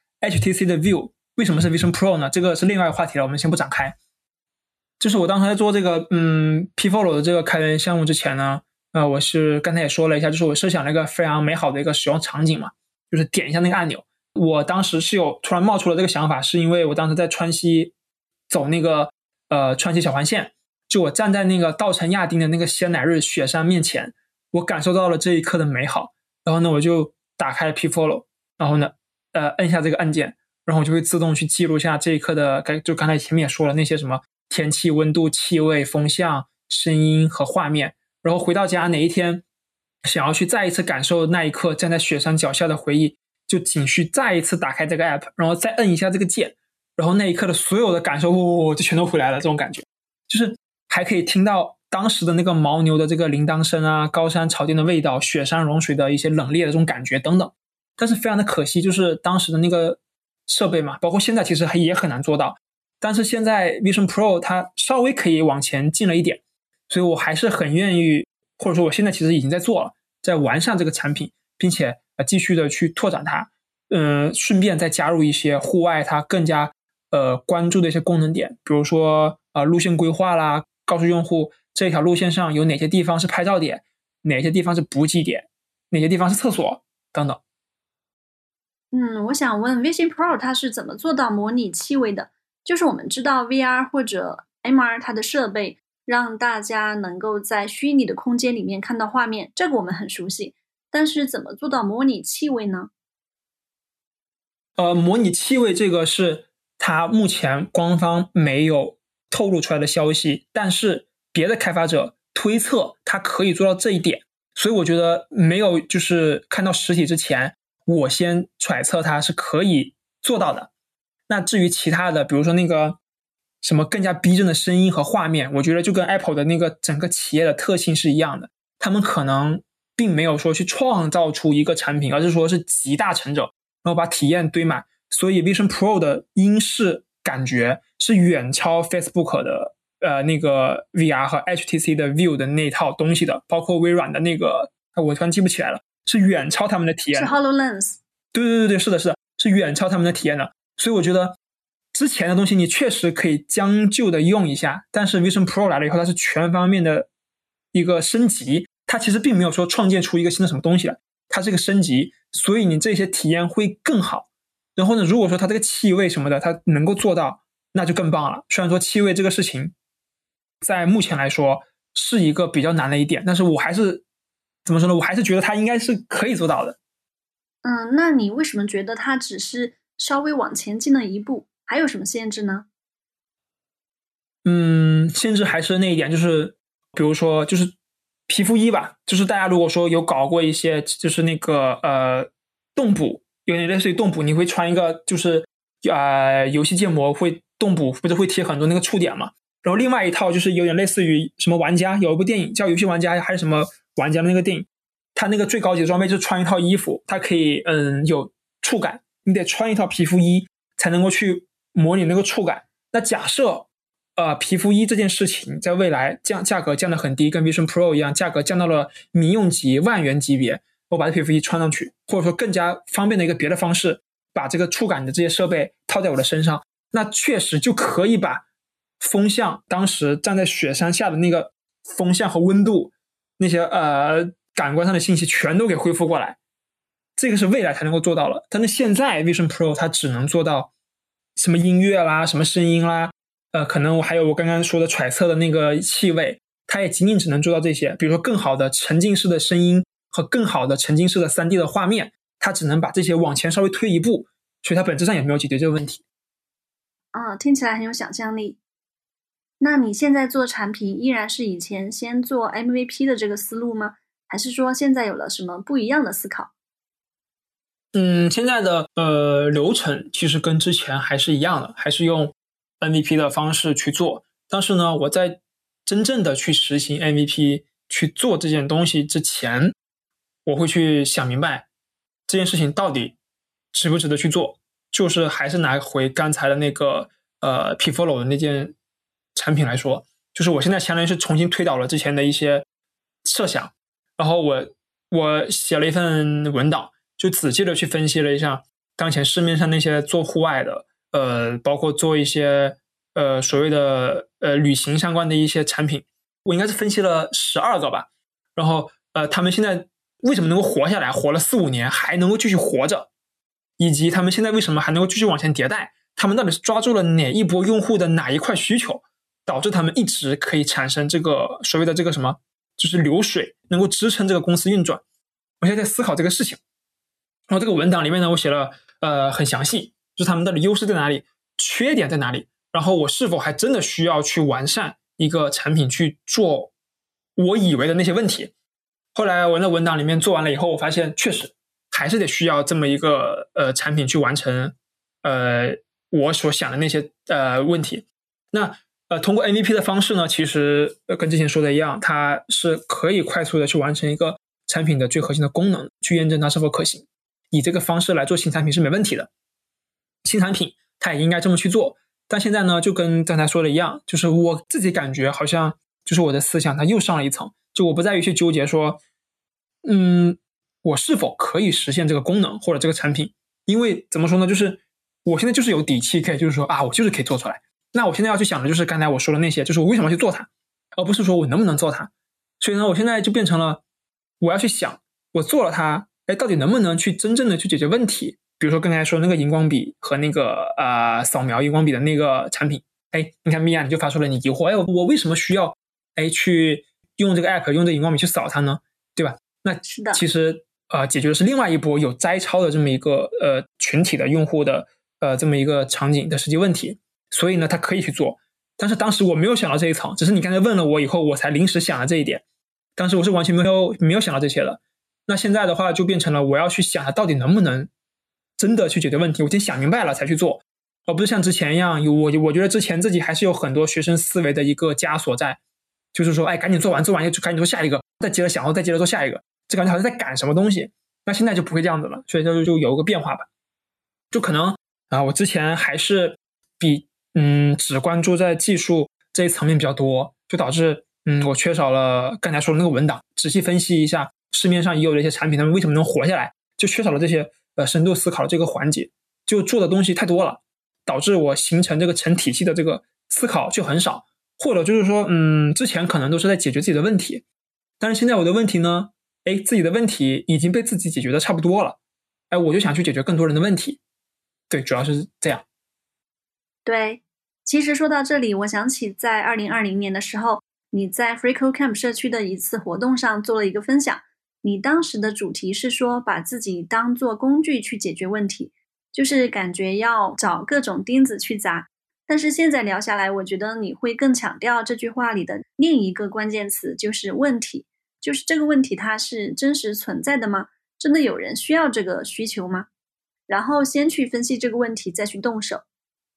HTC 的 View， 为什么是 Vision Pro 呢？这个是另外一个话题了，我们先不展开。就是我当时在做这个P-Follow 的这个开源项目之前呢，我是刚才也说了一下，就是我设想了一个非常美好的一个使用场景嘛，就是点一下那个按钮。我当时是有突然冒出了这个想法，是因为我当时在川西走那个川西小环线，就我站在那个稻城亚丁的那个仙乃日雪山面前，我感受到了这一刻的美好。然后呢，我就打开了 P-Follow， 然后呢摁下这个按键，然后我就会自动去记录下这一刻的，就刚才前面也说了那些什么天气、温度、气味、风向、声音和画面。然后回到家哪一天想要去再一次感受那一刻站在雪山脚下的回忆，就仅需再一次打开这个 app， 然后再摁一下这个键，然后那一刻的所有的感受就全都回来了。这种感觉就是还可以听到当时的那个牦牛的这个铃铛声啊，高山草甸的味道，雪山融水的一些冷冽的这种感觉等等。但是非常的可惜，就是当时的那个设备嘛，包括现在其实也很难做到。但是现在 Vision Pro 它稍微可以往前进了一点，所以我还是很愿意，或者说我现在其实已经在做了，在完善这个产品，并且继续的去拓展它，顺便再加入一些户外它更加关注的一些功能点，比如说路线规划啦，告诉用户这条路线上有哪些地方是拍照点，哪些地方是补给点，哪些地方是厕所等等。 我想问 Vision Pro 它是怎么做到模拟气味的？ 就是我们知道 VR 或者 MR 它的设备让大家能够在虚拟的空间里面看到画面，这个我们很熟悉。但是怎么做到模拟气味呢？ 模拟气味这个是它目前官方没有透露出来的消息，但是别的开发者推测它可以做到这一点，所以我觉得没有就是看到实体之前，我先揣测它是可以做到的。那至于其他的，比如说那个什么更加逼真的声音和画面，我觉得就跟 Apple 的那个整个企业的特性是一样的，他们可能并没有说去创造出一个产品，而是说是集大成者，然后把体验堆满。所以 Vision Pro 的音视感觉是远超 Facebook 的那个 VR 和 HTC 的 View 的那套东西的，包括微软的那个我突然记不起来了，是远超他们的体验的。 是 HoloLens。 对，是的，是远超他们的体验的。所以我觉得之前的东西你确实可以将就的用一下，但是 Vision Pro 来了以后，它是全方面的一个升级，它其实并没有说创建出一个新的什么东西来，它是一个升级，所以你这些体验会更好。然后呢，如果说它这个气味什么的它能够做到，那就更棒了。虽然说气味这个事情在目前来说是一个比较难的一点，但是我还是怎么说呢，我还是觉得它应该是可以做到的。 那你为什么觉得它只是稍微往前进了一步？还有什么限制呢？ 限制还是那一点，就是比如说就是皮肤衣吧，就是大家如果说有搞过一些就是那个动捕，有点类似于动捕，你会穿一个就是游戏建模会动捕，不是会贴很多那个触点嘛？然后另外一套就是有点类似于什么玩家，有一部电影叫游戏玩家还是什么玩家的那个电影，它那个最高级的装备就是穿一套衣服，它可以有触感，你得穿一套皮肤衣才能够去模拟那个触感。那假设皮肤衣这件事情在未来价格降得很低，跟 Vision Pro 一样，价格降到了民用级万元级别，我把这皮肤衣穿上去，或者说更加方便的一个别的方式，把这个触感的这些设备套在我的身上，那确实就可以把风向当时站在雪山下的那个风向和温度那些感官上的信息全都给恢复过来。这个是未来才能够做到了，但是现在 Vision Pro 它只能做到什么音乐啦，什么声音啦，可能还有我刚刚说的揣测的那个气味，它也仅仅只能做到这些。比如说更好的沉浸式的声音和更好的沉浸式的 3D 的画面，它只能把这些往前稍微推一步，所以它本质上也没有解决这个问题。 听起来很有想象力。那你现在做产品依然是以前先做 MVP 的这个思路吗？还是说现在有了什么不一样的思考？ 现在的流程其实跟之前还是一样的，还是用 MVP 的方式去做。但是呢，我在真正的去实行 MVP 去做这件东西之前，我会去想明白这件事情到底值不值得去做。就是还是拿回刚才的那个P-Follow 的那件产品来说，就是我现在相当于是重新推导了之前的一些设想，然后我写了一份文档，就仔细的去分析了一下当前市面上那些做户外的包括做一些所谓的旅行相关的一些产品，我应该是分析了12个吧。然后他们现在为什么能够活下来，活了4-5年还能够继续活着，以及他们现在为什么还能够继续往前迭代，他们到底是抓住了哪一波用户的哪一块需求，导致他们一直可以产生这个所谓的这个什么就是流水，能够支撑这个公司运转。我现在在思考这个事情。然后这个文档里面呢，我写了很详细，就是他们到底优势在哪里，缺点在哪里，然后我是否还真的需要去完善一个产品去做我以为的那些问题。后来我那文档里面做完了以后，我发现确实还是得需要这么一个产品去完成我所想的那些问题。那通过 MVP 的方式呢，其实跟之前说的一样，它是可以快速的去完成一个产品的最核心的功能，去验证它是否可行。以这个方式来做新产品是没问题的，新产品它也应该这么去做。但现在呢，就跟刚才说的一样，就是我自己感觉好像就是我的思想它又上了一层，就我不再于去纠结说我是否可以实现这个功能或者这个产品。因为怎么说呢，就是我现在就是有底气可以就是说我就是可以做出来。那我现在要去想的就是刚才我说的那些，就是我为什么要去做它，而不是说我能不能做它。所以呢，我现在就变成了我要去想，我做了它到底能不能去真正的去解决问题。 比如说刚才说那个荧光笔和那个扫描荧光笔的那个产品，你看米娅你就发出了你疑惑，我为什么需要去用这个 app 用这个荧光笔去扫它呢？对吧？那其实解决的是另外一波有摘抄的这么一个群体的用户的这么一个场景的实际问题，所以呢它可以去做。但是当时我没有想到这一层，只是你刚才问了我以后我才临时想了这一点，当时我是完全没有想到这些的。那现在的话就变成了我要去想它到底能不能真的去解决问题，我已经想明白了才去做，而不是像之前一样，我觉得之前自己还是有很多学生思维的一个枷锁在，就是说赶紧做完就赶紧做下一个，再接着想，然后再接着做下一个，这感觉好像在赶什么东西。那现在就不会这样子了，所以就有一个变化吧。就可能我之前还是比只关注在技术这一层面比较多，就导致我缺少了刚才说的那个文档，仔细分析一下市面上也有的一些产品他们为什么能活下来，就缺少了这些深度思考的这个环节，就做的东西太多了，导致我形成这个成体系的这个思考就很少，或者就是说之前可能都是在解决自己的问题，但是现在我的问题呢自己的问题已经被自己解决的差不多了，我就想去解决更多人的问题。对，主要是这样。 对，其实说到这里，我想起在2020年的时候，你在 FreeCodeCamp 社区的一次活动上做了一个分享，你当时的主题是说把自己当作工具去解决问题，就是感觉要找各种钉子去砸。但是现在聊下来，我觉得你会更强调这句话里的另一个关键词，就是问题，就是这个问题它是真实存在的吗？真的有人需要这个需求吗？然后先去分析这个问题，再去动手。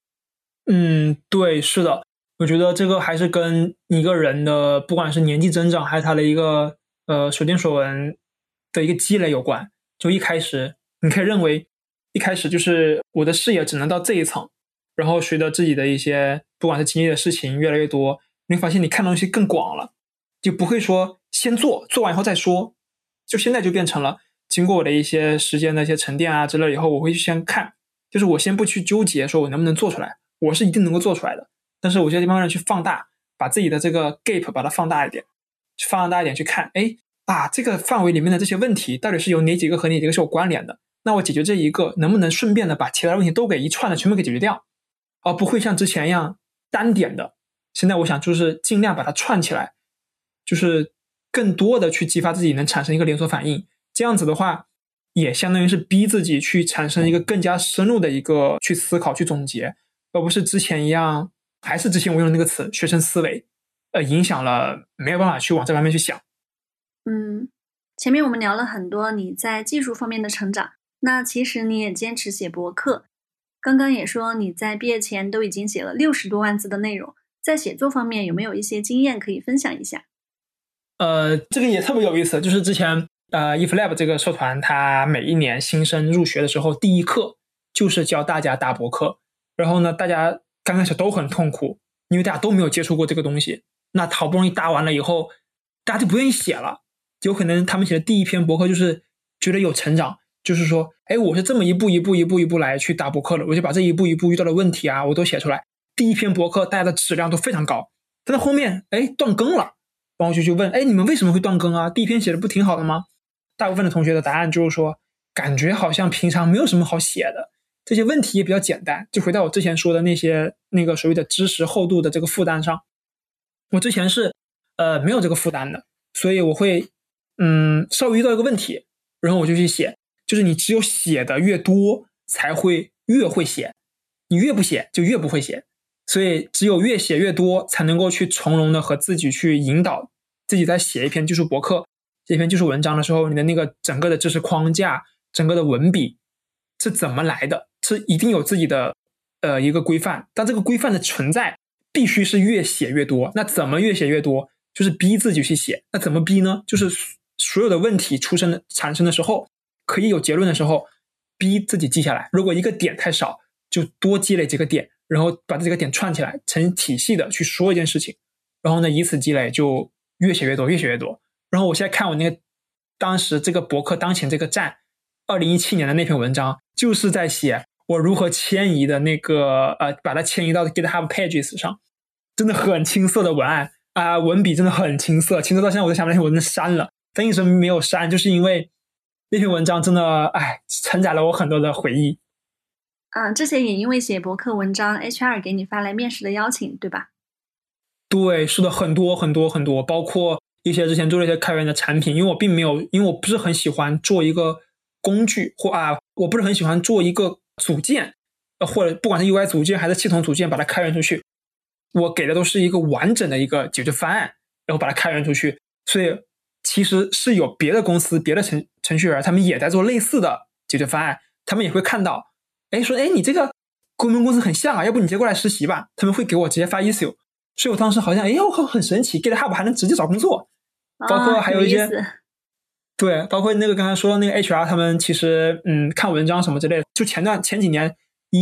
对，是的，我觉得这个还是跟一个人的不管是年纪增长还是他的一个所见所闻的一个积累有关。就一开始你可以认为一开始就是我的视野只能到这一层，然后随着自己的一些不管是经历的事情越来越多，你会发现你看的东西更广了，就不会说先做完以后再说，就现在就变成了经过我的一些时间的一些沉淀啊之类以后，我会去先看，就是我先不去纠结说我能不能做出来，我是一定能够做出来的，但是我就慢慢去放大，把自己的这个 gap 把它放大一点去看，这个范围里面的这些问题到底是有哪几个和哪几个是有关联的，那我解决这一个能不能顺便的把其他问题都给一串的全部给解决掉，而不会像之前一样单点的。现在我想就是尽量把它串起来，就是更多的去激发自己能产生一个连锁反应，这样子的话也相当于是逼自己去产生一个更加深入的一个去思考去总结，而不是之前一样，还是之前我用的那个词学生思维影响了没有办法去往这方面去想。 前面我们聊了很多你在技术方面的成长，那其实你也坚持写博客，刚刚也说你在毕业前都已经写了60多万字的内容，在写作方面有没有一些经验可以分享一下？ 这个也特别有意思，就是之前EFLab 这个社团它每一年新生入学的时候第一课就是教大家打博客，然后呢大家刚开始都很痛苦，因为大家都没有接触过这个东西，那好不容易搭完了以后大家就不愿意写了，有可能他们写的第一篇博客就是觉得有成长，就是说我是这么一步一步来去打博客的，我就把这一步一步遇到的问题啊我都写出来，第一篇博客大家的质量都非常高，但是后面断更了，然后就去问你们为什么会断更啊，第一篇写的不挺好的吗？大部分的同学的答案就是说感觉好像平常没有什么好写的，这些问题也比较简单，就回到我之前说的那个所谓的知识厚度的这个负担上，我之前是没有这个负担的，所以我会稍微遇到一个问题，然后我就去写，就是你只有写的越多才会越会写，你越不写就越不会写，所以只有越写越多才能够去从容的和自己去引导自己在写一篇技术博客这篇技术文章的时候，你的那个整个的知识框架整个的文笔是怎么来的，是一定有自己的一个规范，但这个规范的存在必须是越写越多，那怎么越写越多，就是逼自己去写，那怎么逼呢，就是所有的问题产生的时候可以有结论的时候逼自己记下来，如果一个点太少就多积累几个点，然后把这几个点串起来成体系的去说一件事情，然后呢以此积累就越写越多越写越多。然后我现在看我那个当时这个博客当前这个站2017年的那篇文章，就是在写我如何迁移的那个把它迁移到 GitHub Pages 上，真的很青涩的文案文笔真的很青涩到现在我在想那篇文章删了，但一直没有删，就是因为那篇文章真的承载了我很多的回忆。 之前也因为写博客文章 HR 给你发来面试的邀请，对吧？ 对，是的，很多很多很多，包括一些之前做了一些开源的产品，因为我不是很喜欢做一个工具我不是很喜欢做一个组件，或者不管是 UI 组件还是系统组件把它开源出去，我给的都是一个完整的一个解决方案，然后把它开源出去。所以其实是有别的公司别的程序员他们也在做类似的解决方案，他们也会看到说你这个跟我们公司很像啊，要不你直接过来实习吧，他们会给我直接发 issue。所以我当时好像我很神奇 GitHub 还能直接找工作，包括还有一些对，包括那个刚才说的那个 HR 他们其实看文章什么之类的，就前几年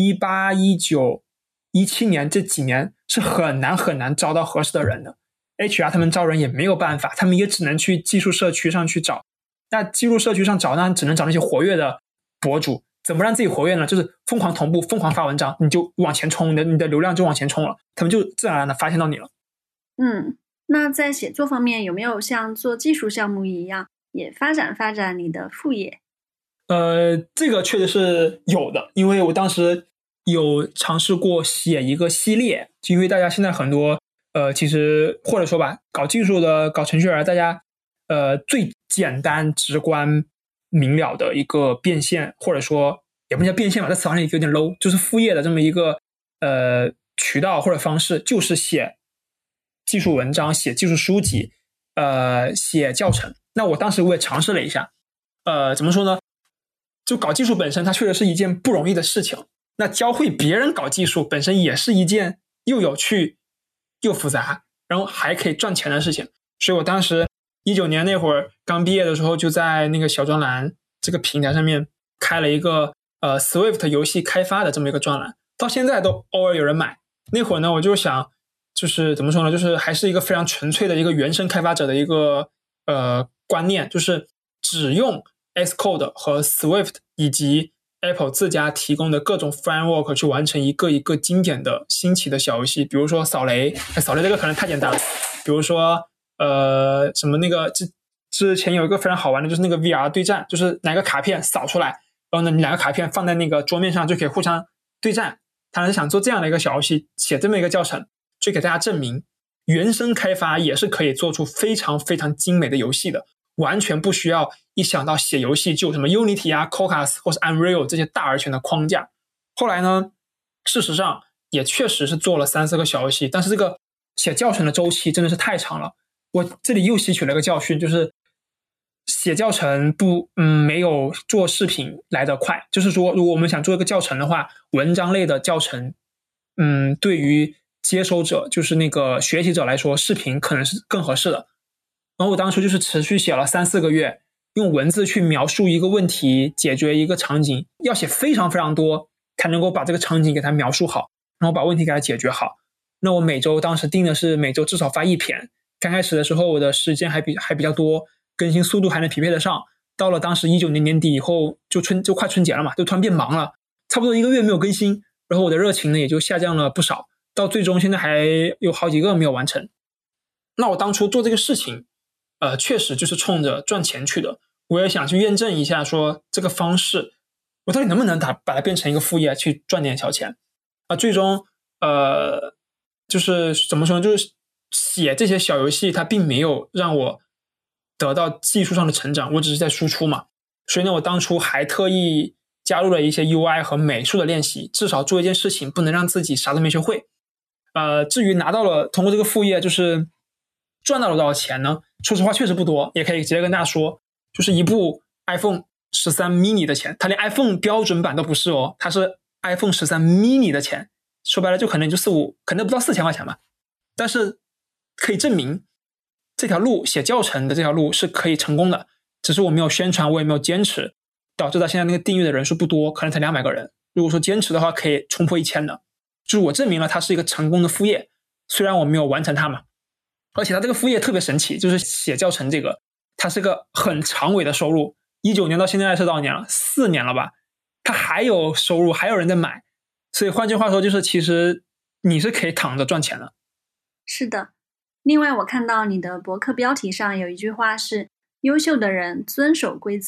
18、19、17年这几年是很难招到合适的人的， HR 他们招人也没有办法，他们也只能去技术社区上去找。那技术社区上找呢，只能找那些活跃的博主。怎么让自己活跃呢？就是疯狂同步，疯狂发文章，你就往前冲，你的流量就往前冲了，他们就自然而然的发现到你了。 那在写作方面有没有像做技术项目一样也发展你的副业？ 这个确实是有的，因为我当时有尝试过写一个系列，因为大家现在很多其实或者说吧，搞技术的搞程序员，大家最简单直观明了的一个变现，或者说也不叫变现吧，这词好像有点 low， 就是副业的这么一个渠道或者方式，就是写技术文章，写技术书籍，写教程。那我当时我也尝试了一下，怎么说呢？就搞技术本身，它确实是一件不容易的事情。那教会别人搞技术本身也是一件又有趣又复杂，然后还可以赚钱的事情。所以我当时19年那会儿刚毕业的时候，就在那个小专栏这个平台上面开了一个Swift 游戏开发的这么一个专栏，到现在都偶尔有人买。那会儿呢，我就想，就是怎么说呢，就是还是一个非常纯粹的一个原生开发者的一个观念，就是只用 Xcode 和 Swift 以及 Apple 自家提供的各种 framework 去完成一个一个经典的新奇的小游戏，比如说扫雷这个可能太简单了，比如说什么那个之前有一个非常好玩的，就是那个 VR 对战，就是拿个卡片扫出来，然后呢你两个卡片放在那个桌面上就可以互相对战。他是想做这样的一个小游戏，写这么一个教程，去给大家证明原生开发也是可以做出非常非常精美的游戏的，完全不需要一想到写游戏就什么 Unity 啊 Cocos 或是 Unreal 这些大而全的框架。后来呢，事实上也确实是做了3-4个小游戏，但是这个写教程的周期真的是太长了。我这里又吸取了一个教训，就是写教程没有做视频来得快。就是说如果我们想做一个教程的话，文章类的教程对于接收者就是那个学习者来说，视频可能是更合适的。然后我当初就是持续写了3-4个月，用文字去描述一个问题，解决一个场景，要写非常非常多才能够把这个场景给它描述好，然后把问题给它解决好。那我当时定的是每周至少发1篇，刚开始的时候我的时间还比较多，更新速度还能匹配得上。到了当时19年年底以后，就快春节了嘛，就突然变忙了，差不多1个月没有更新，然后我的热情呢也就下降了不少，到最终现在还有好几个没有完成。那我当初做这个事情确实就是冲着赚钱去的，我也想去验证一下说这个方式我到底能不能把它变成一个副业去赚点小钱最终就是怎么说呢，就是写这些小游戏它并没有让我得到技术上的成长，我只是在输出嘛。所以呢，我当初还特意加入了一些 UI 和美术的练习，至少做一件事情不能让自己啥都没学会。至于通过这个副业就是赚到了多少钱呢？说实话确实不多，也可以直接跟大家说，就是一部 iPhone 13 mini 的钱，它连 iPhone 标准版都不是哦，它是 iPhone 13 mini 的钱，说白了就可能就可能不到4000块钱吧。但是可以证明这条路写教程的这条路是可以成功的，只是我没有宣传，我也没有坚持，导致到现在那个订阅的人数不多，可能才200个人。如果说坚持的话可以冲破1000的，就是我证明了它是一个成功的副业，虽然我没有完成它嘛。而且它这个副业特别神奇，就是写教程这个它是个很长尾的收入，19年到现在是多少年了？4年了吧，它还有收入，还有人在买。所以换句话说，就是其实你是可以躺着赚钱的。 是的。另外我看到你的博客标题上有一句话是优秀的人遵守规则，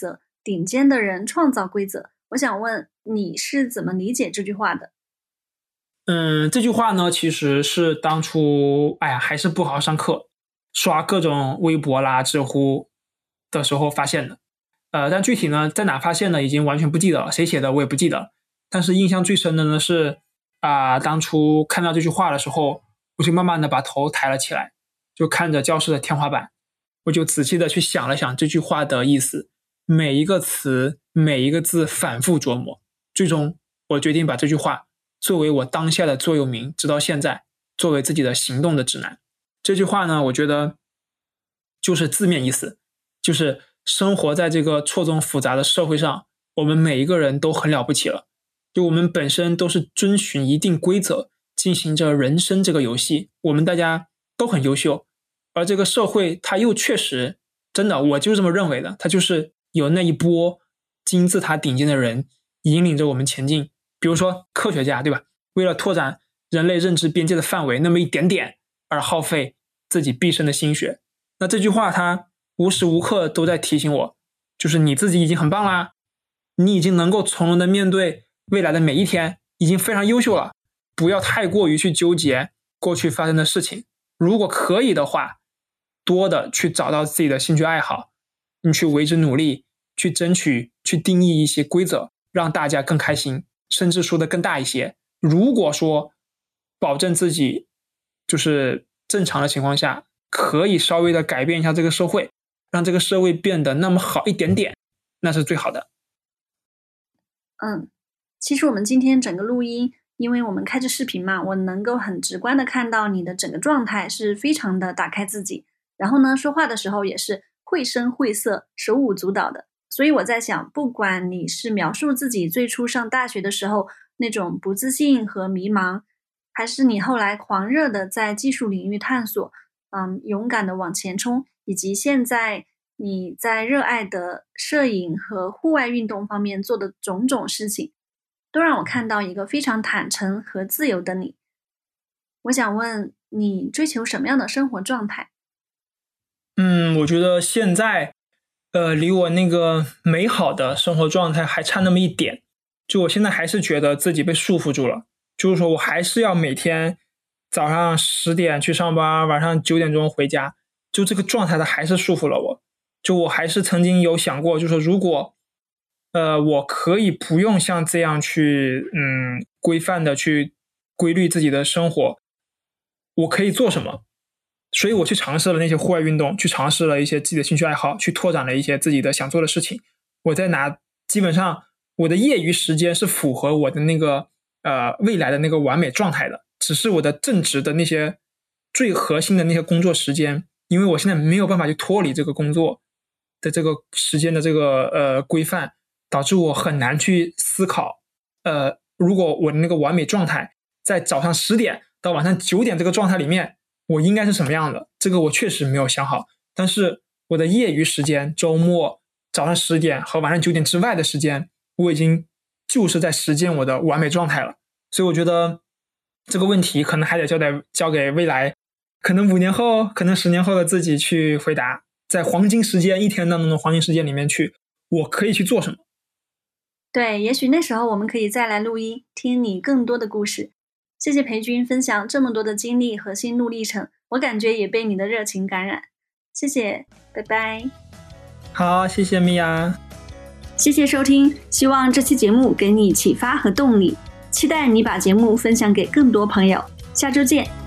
顶尖的人创造规则。我想问你是怎么理解这句话的？ 这句话呢，其实是当初还是不好好上课，刷各种微博啦、知乎的时候发现的。但具体呢在哪发现的已经完全不记得了，谁写的我也不记得。但是印象最深的呢是当初看到这句话的时候，我就慢慢的把头抬了起来，就看着教室的天花板，我就仔细的去想了想这句话的意思，每一个词每一个字反复琢磨，最终我决定把这句话作为我当下的座右铭，直到现在作为自己的行动的指南。这句话呢，我觉得就是字面意思，就是生活在这个错综复杂的社会上，我们每一个人都很了不起了，就我们本身都是遵循一定规则进行着人生这个游戏，我们大家都很优秀，而这个社会它又确实真的，我就这么认为的，它就是有那一波金字塔顶尖的人引领着我们前进。比如说科学家，对吧？为了拓展人类认知边界的范围那么一点点而耗费自己毕生的心血。那这句话它无时无刻都在提醒我，就是你自己已经很棒啦，你已经能够从容的面对未来的每一天，已经非常优秀了，不要太过于去纠结过去发生的事情。如果可以的话，多的去找到自己的兴趣爱好，你去为之努力，去争取，去定义一些规则，让大家更开心，甚至说的更大一些。如果说保证自己就是正常的情况下，可以稍微的改变一下这个社会，让这个社会变得那么好一点点，那是最好的。 其实我们今天整个录音，因为我们开着视频嘛，我能够很直观的看到你的整个状态是非常的打开自己，然后呢说话的时候也是绘声绘色，手舞足蹈的。所以我在想，不管你是描述自己最初上大学的时候那种不自信和迷茫，还是你后来狂热的在技术领域探索，勇敢的往前冲，以及现在你在热爱的摄影和户外运动方面做的种种事情，都让我看到一个非常坦诚和自由的你。我想问你追求什么样的生活状态？ 我觉得现在离我那个美好的生活状态还差那么一点，就我现在还是觉得自己被束缚住了，就是说我还是要每天早上10点去上班，晚上9点钟回家，就这个状态它还是束缚了我。就我还是曾经有想过，就是如果我可以不用像这样去规范的去规律自己的生活，我可以做什么？所以我去尝试了那些户外运动，去尝试了一些自己的兴趣爱好，去拓展了一些自己的想做的事情。我在基本上我的业余时间是符合我的那个未来的那个完美状态的，只是我的正职的那些最核心的那些工作时间，因为我现在没有办法去脱离这个工作的这个时间的这个规范，导致我很难去思考如果我的那个完美状态在早上10点到晚上9点这个状态里面，我应该是什么样的，这个我确实没有想好。但是我的业余时间，周末早上10点和晚上9点之外的时间，我已经就是在实践我的完美状态了。所以我觉得这个问题可能还得交给未来，可能5年后，可能10年后的自己去回答，在黄金时间，一天当中的黄金时间里面去，我可以去做什么。 对，也许那时候我们可以再来录音，听你更多的故事。谢谢裴军分享这么多的经历和心路历程，我感觉也被你的热情感染。谢谢，拜拜。 好，谢谢米娅。 谢谢收听，希望这期节目给你启发和动力，期待你把节目分享给更多朋友。下周见。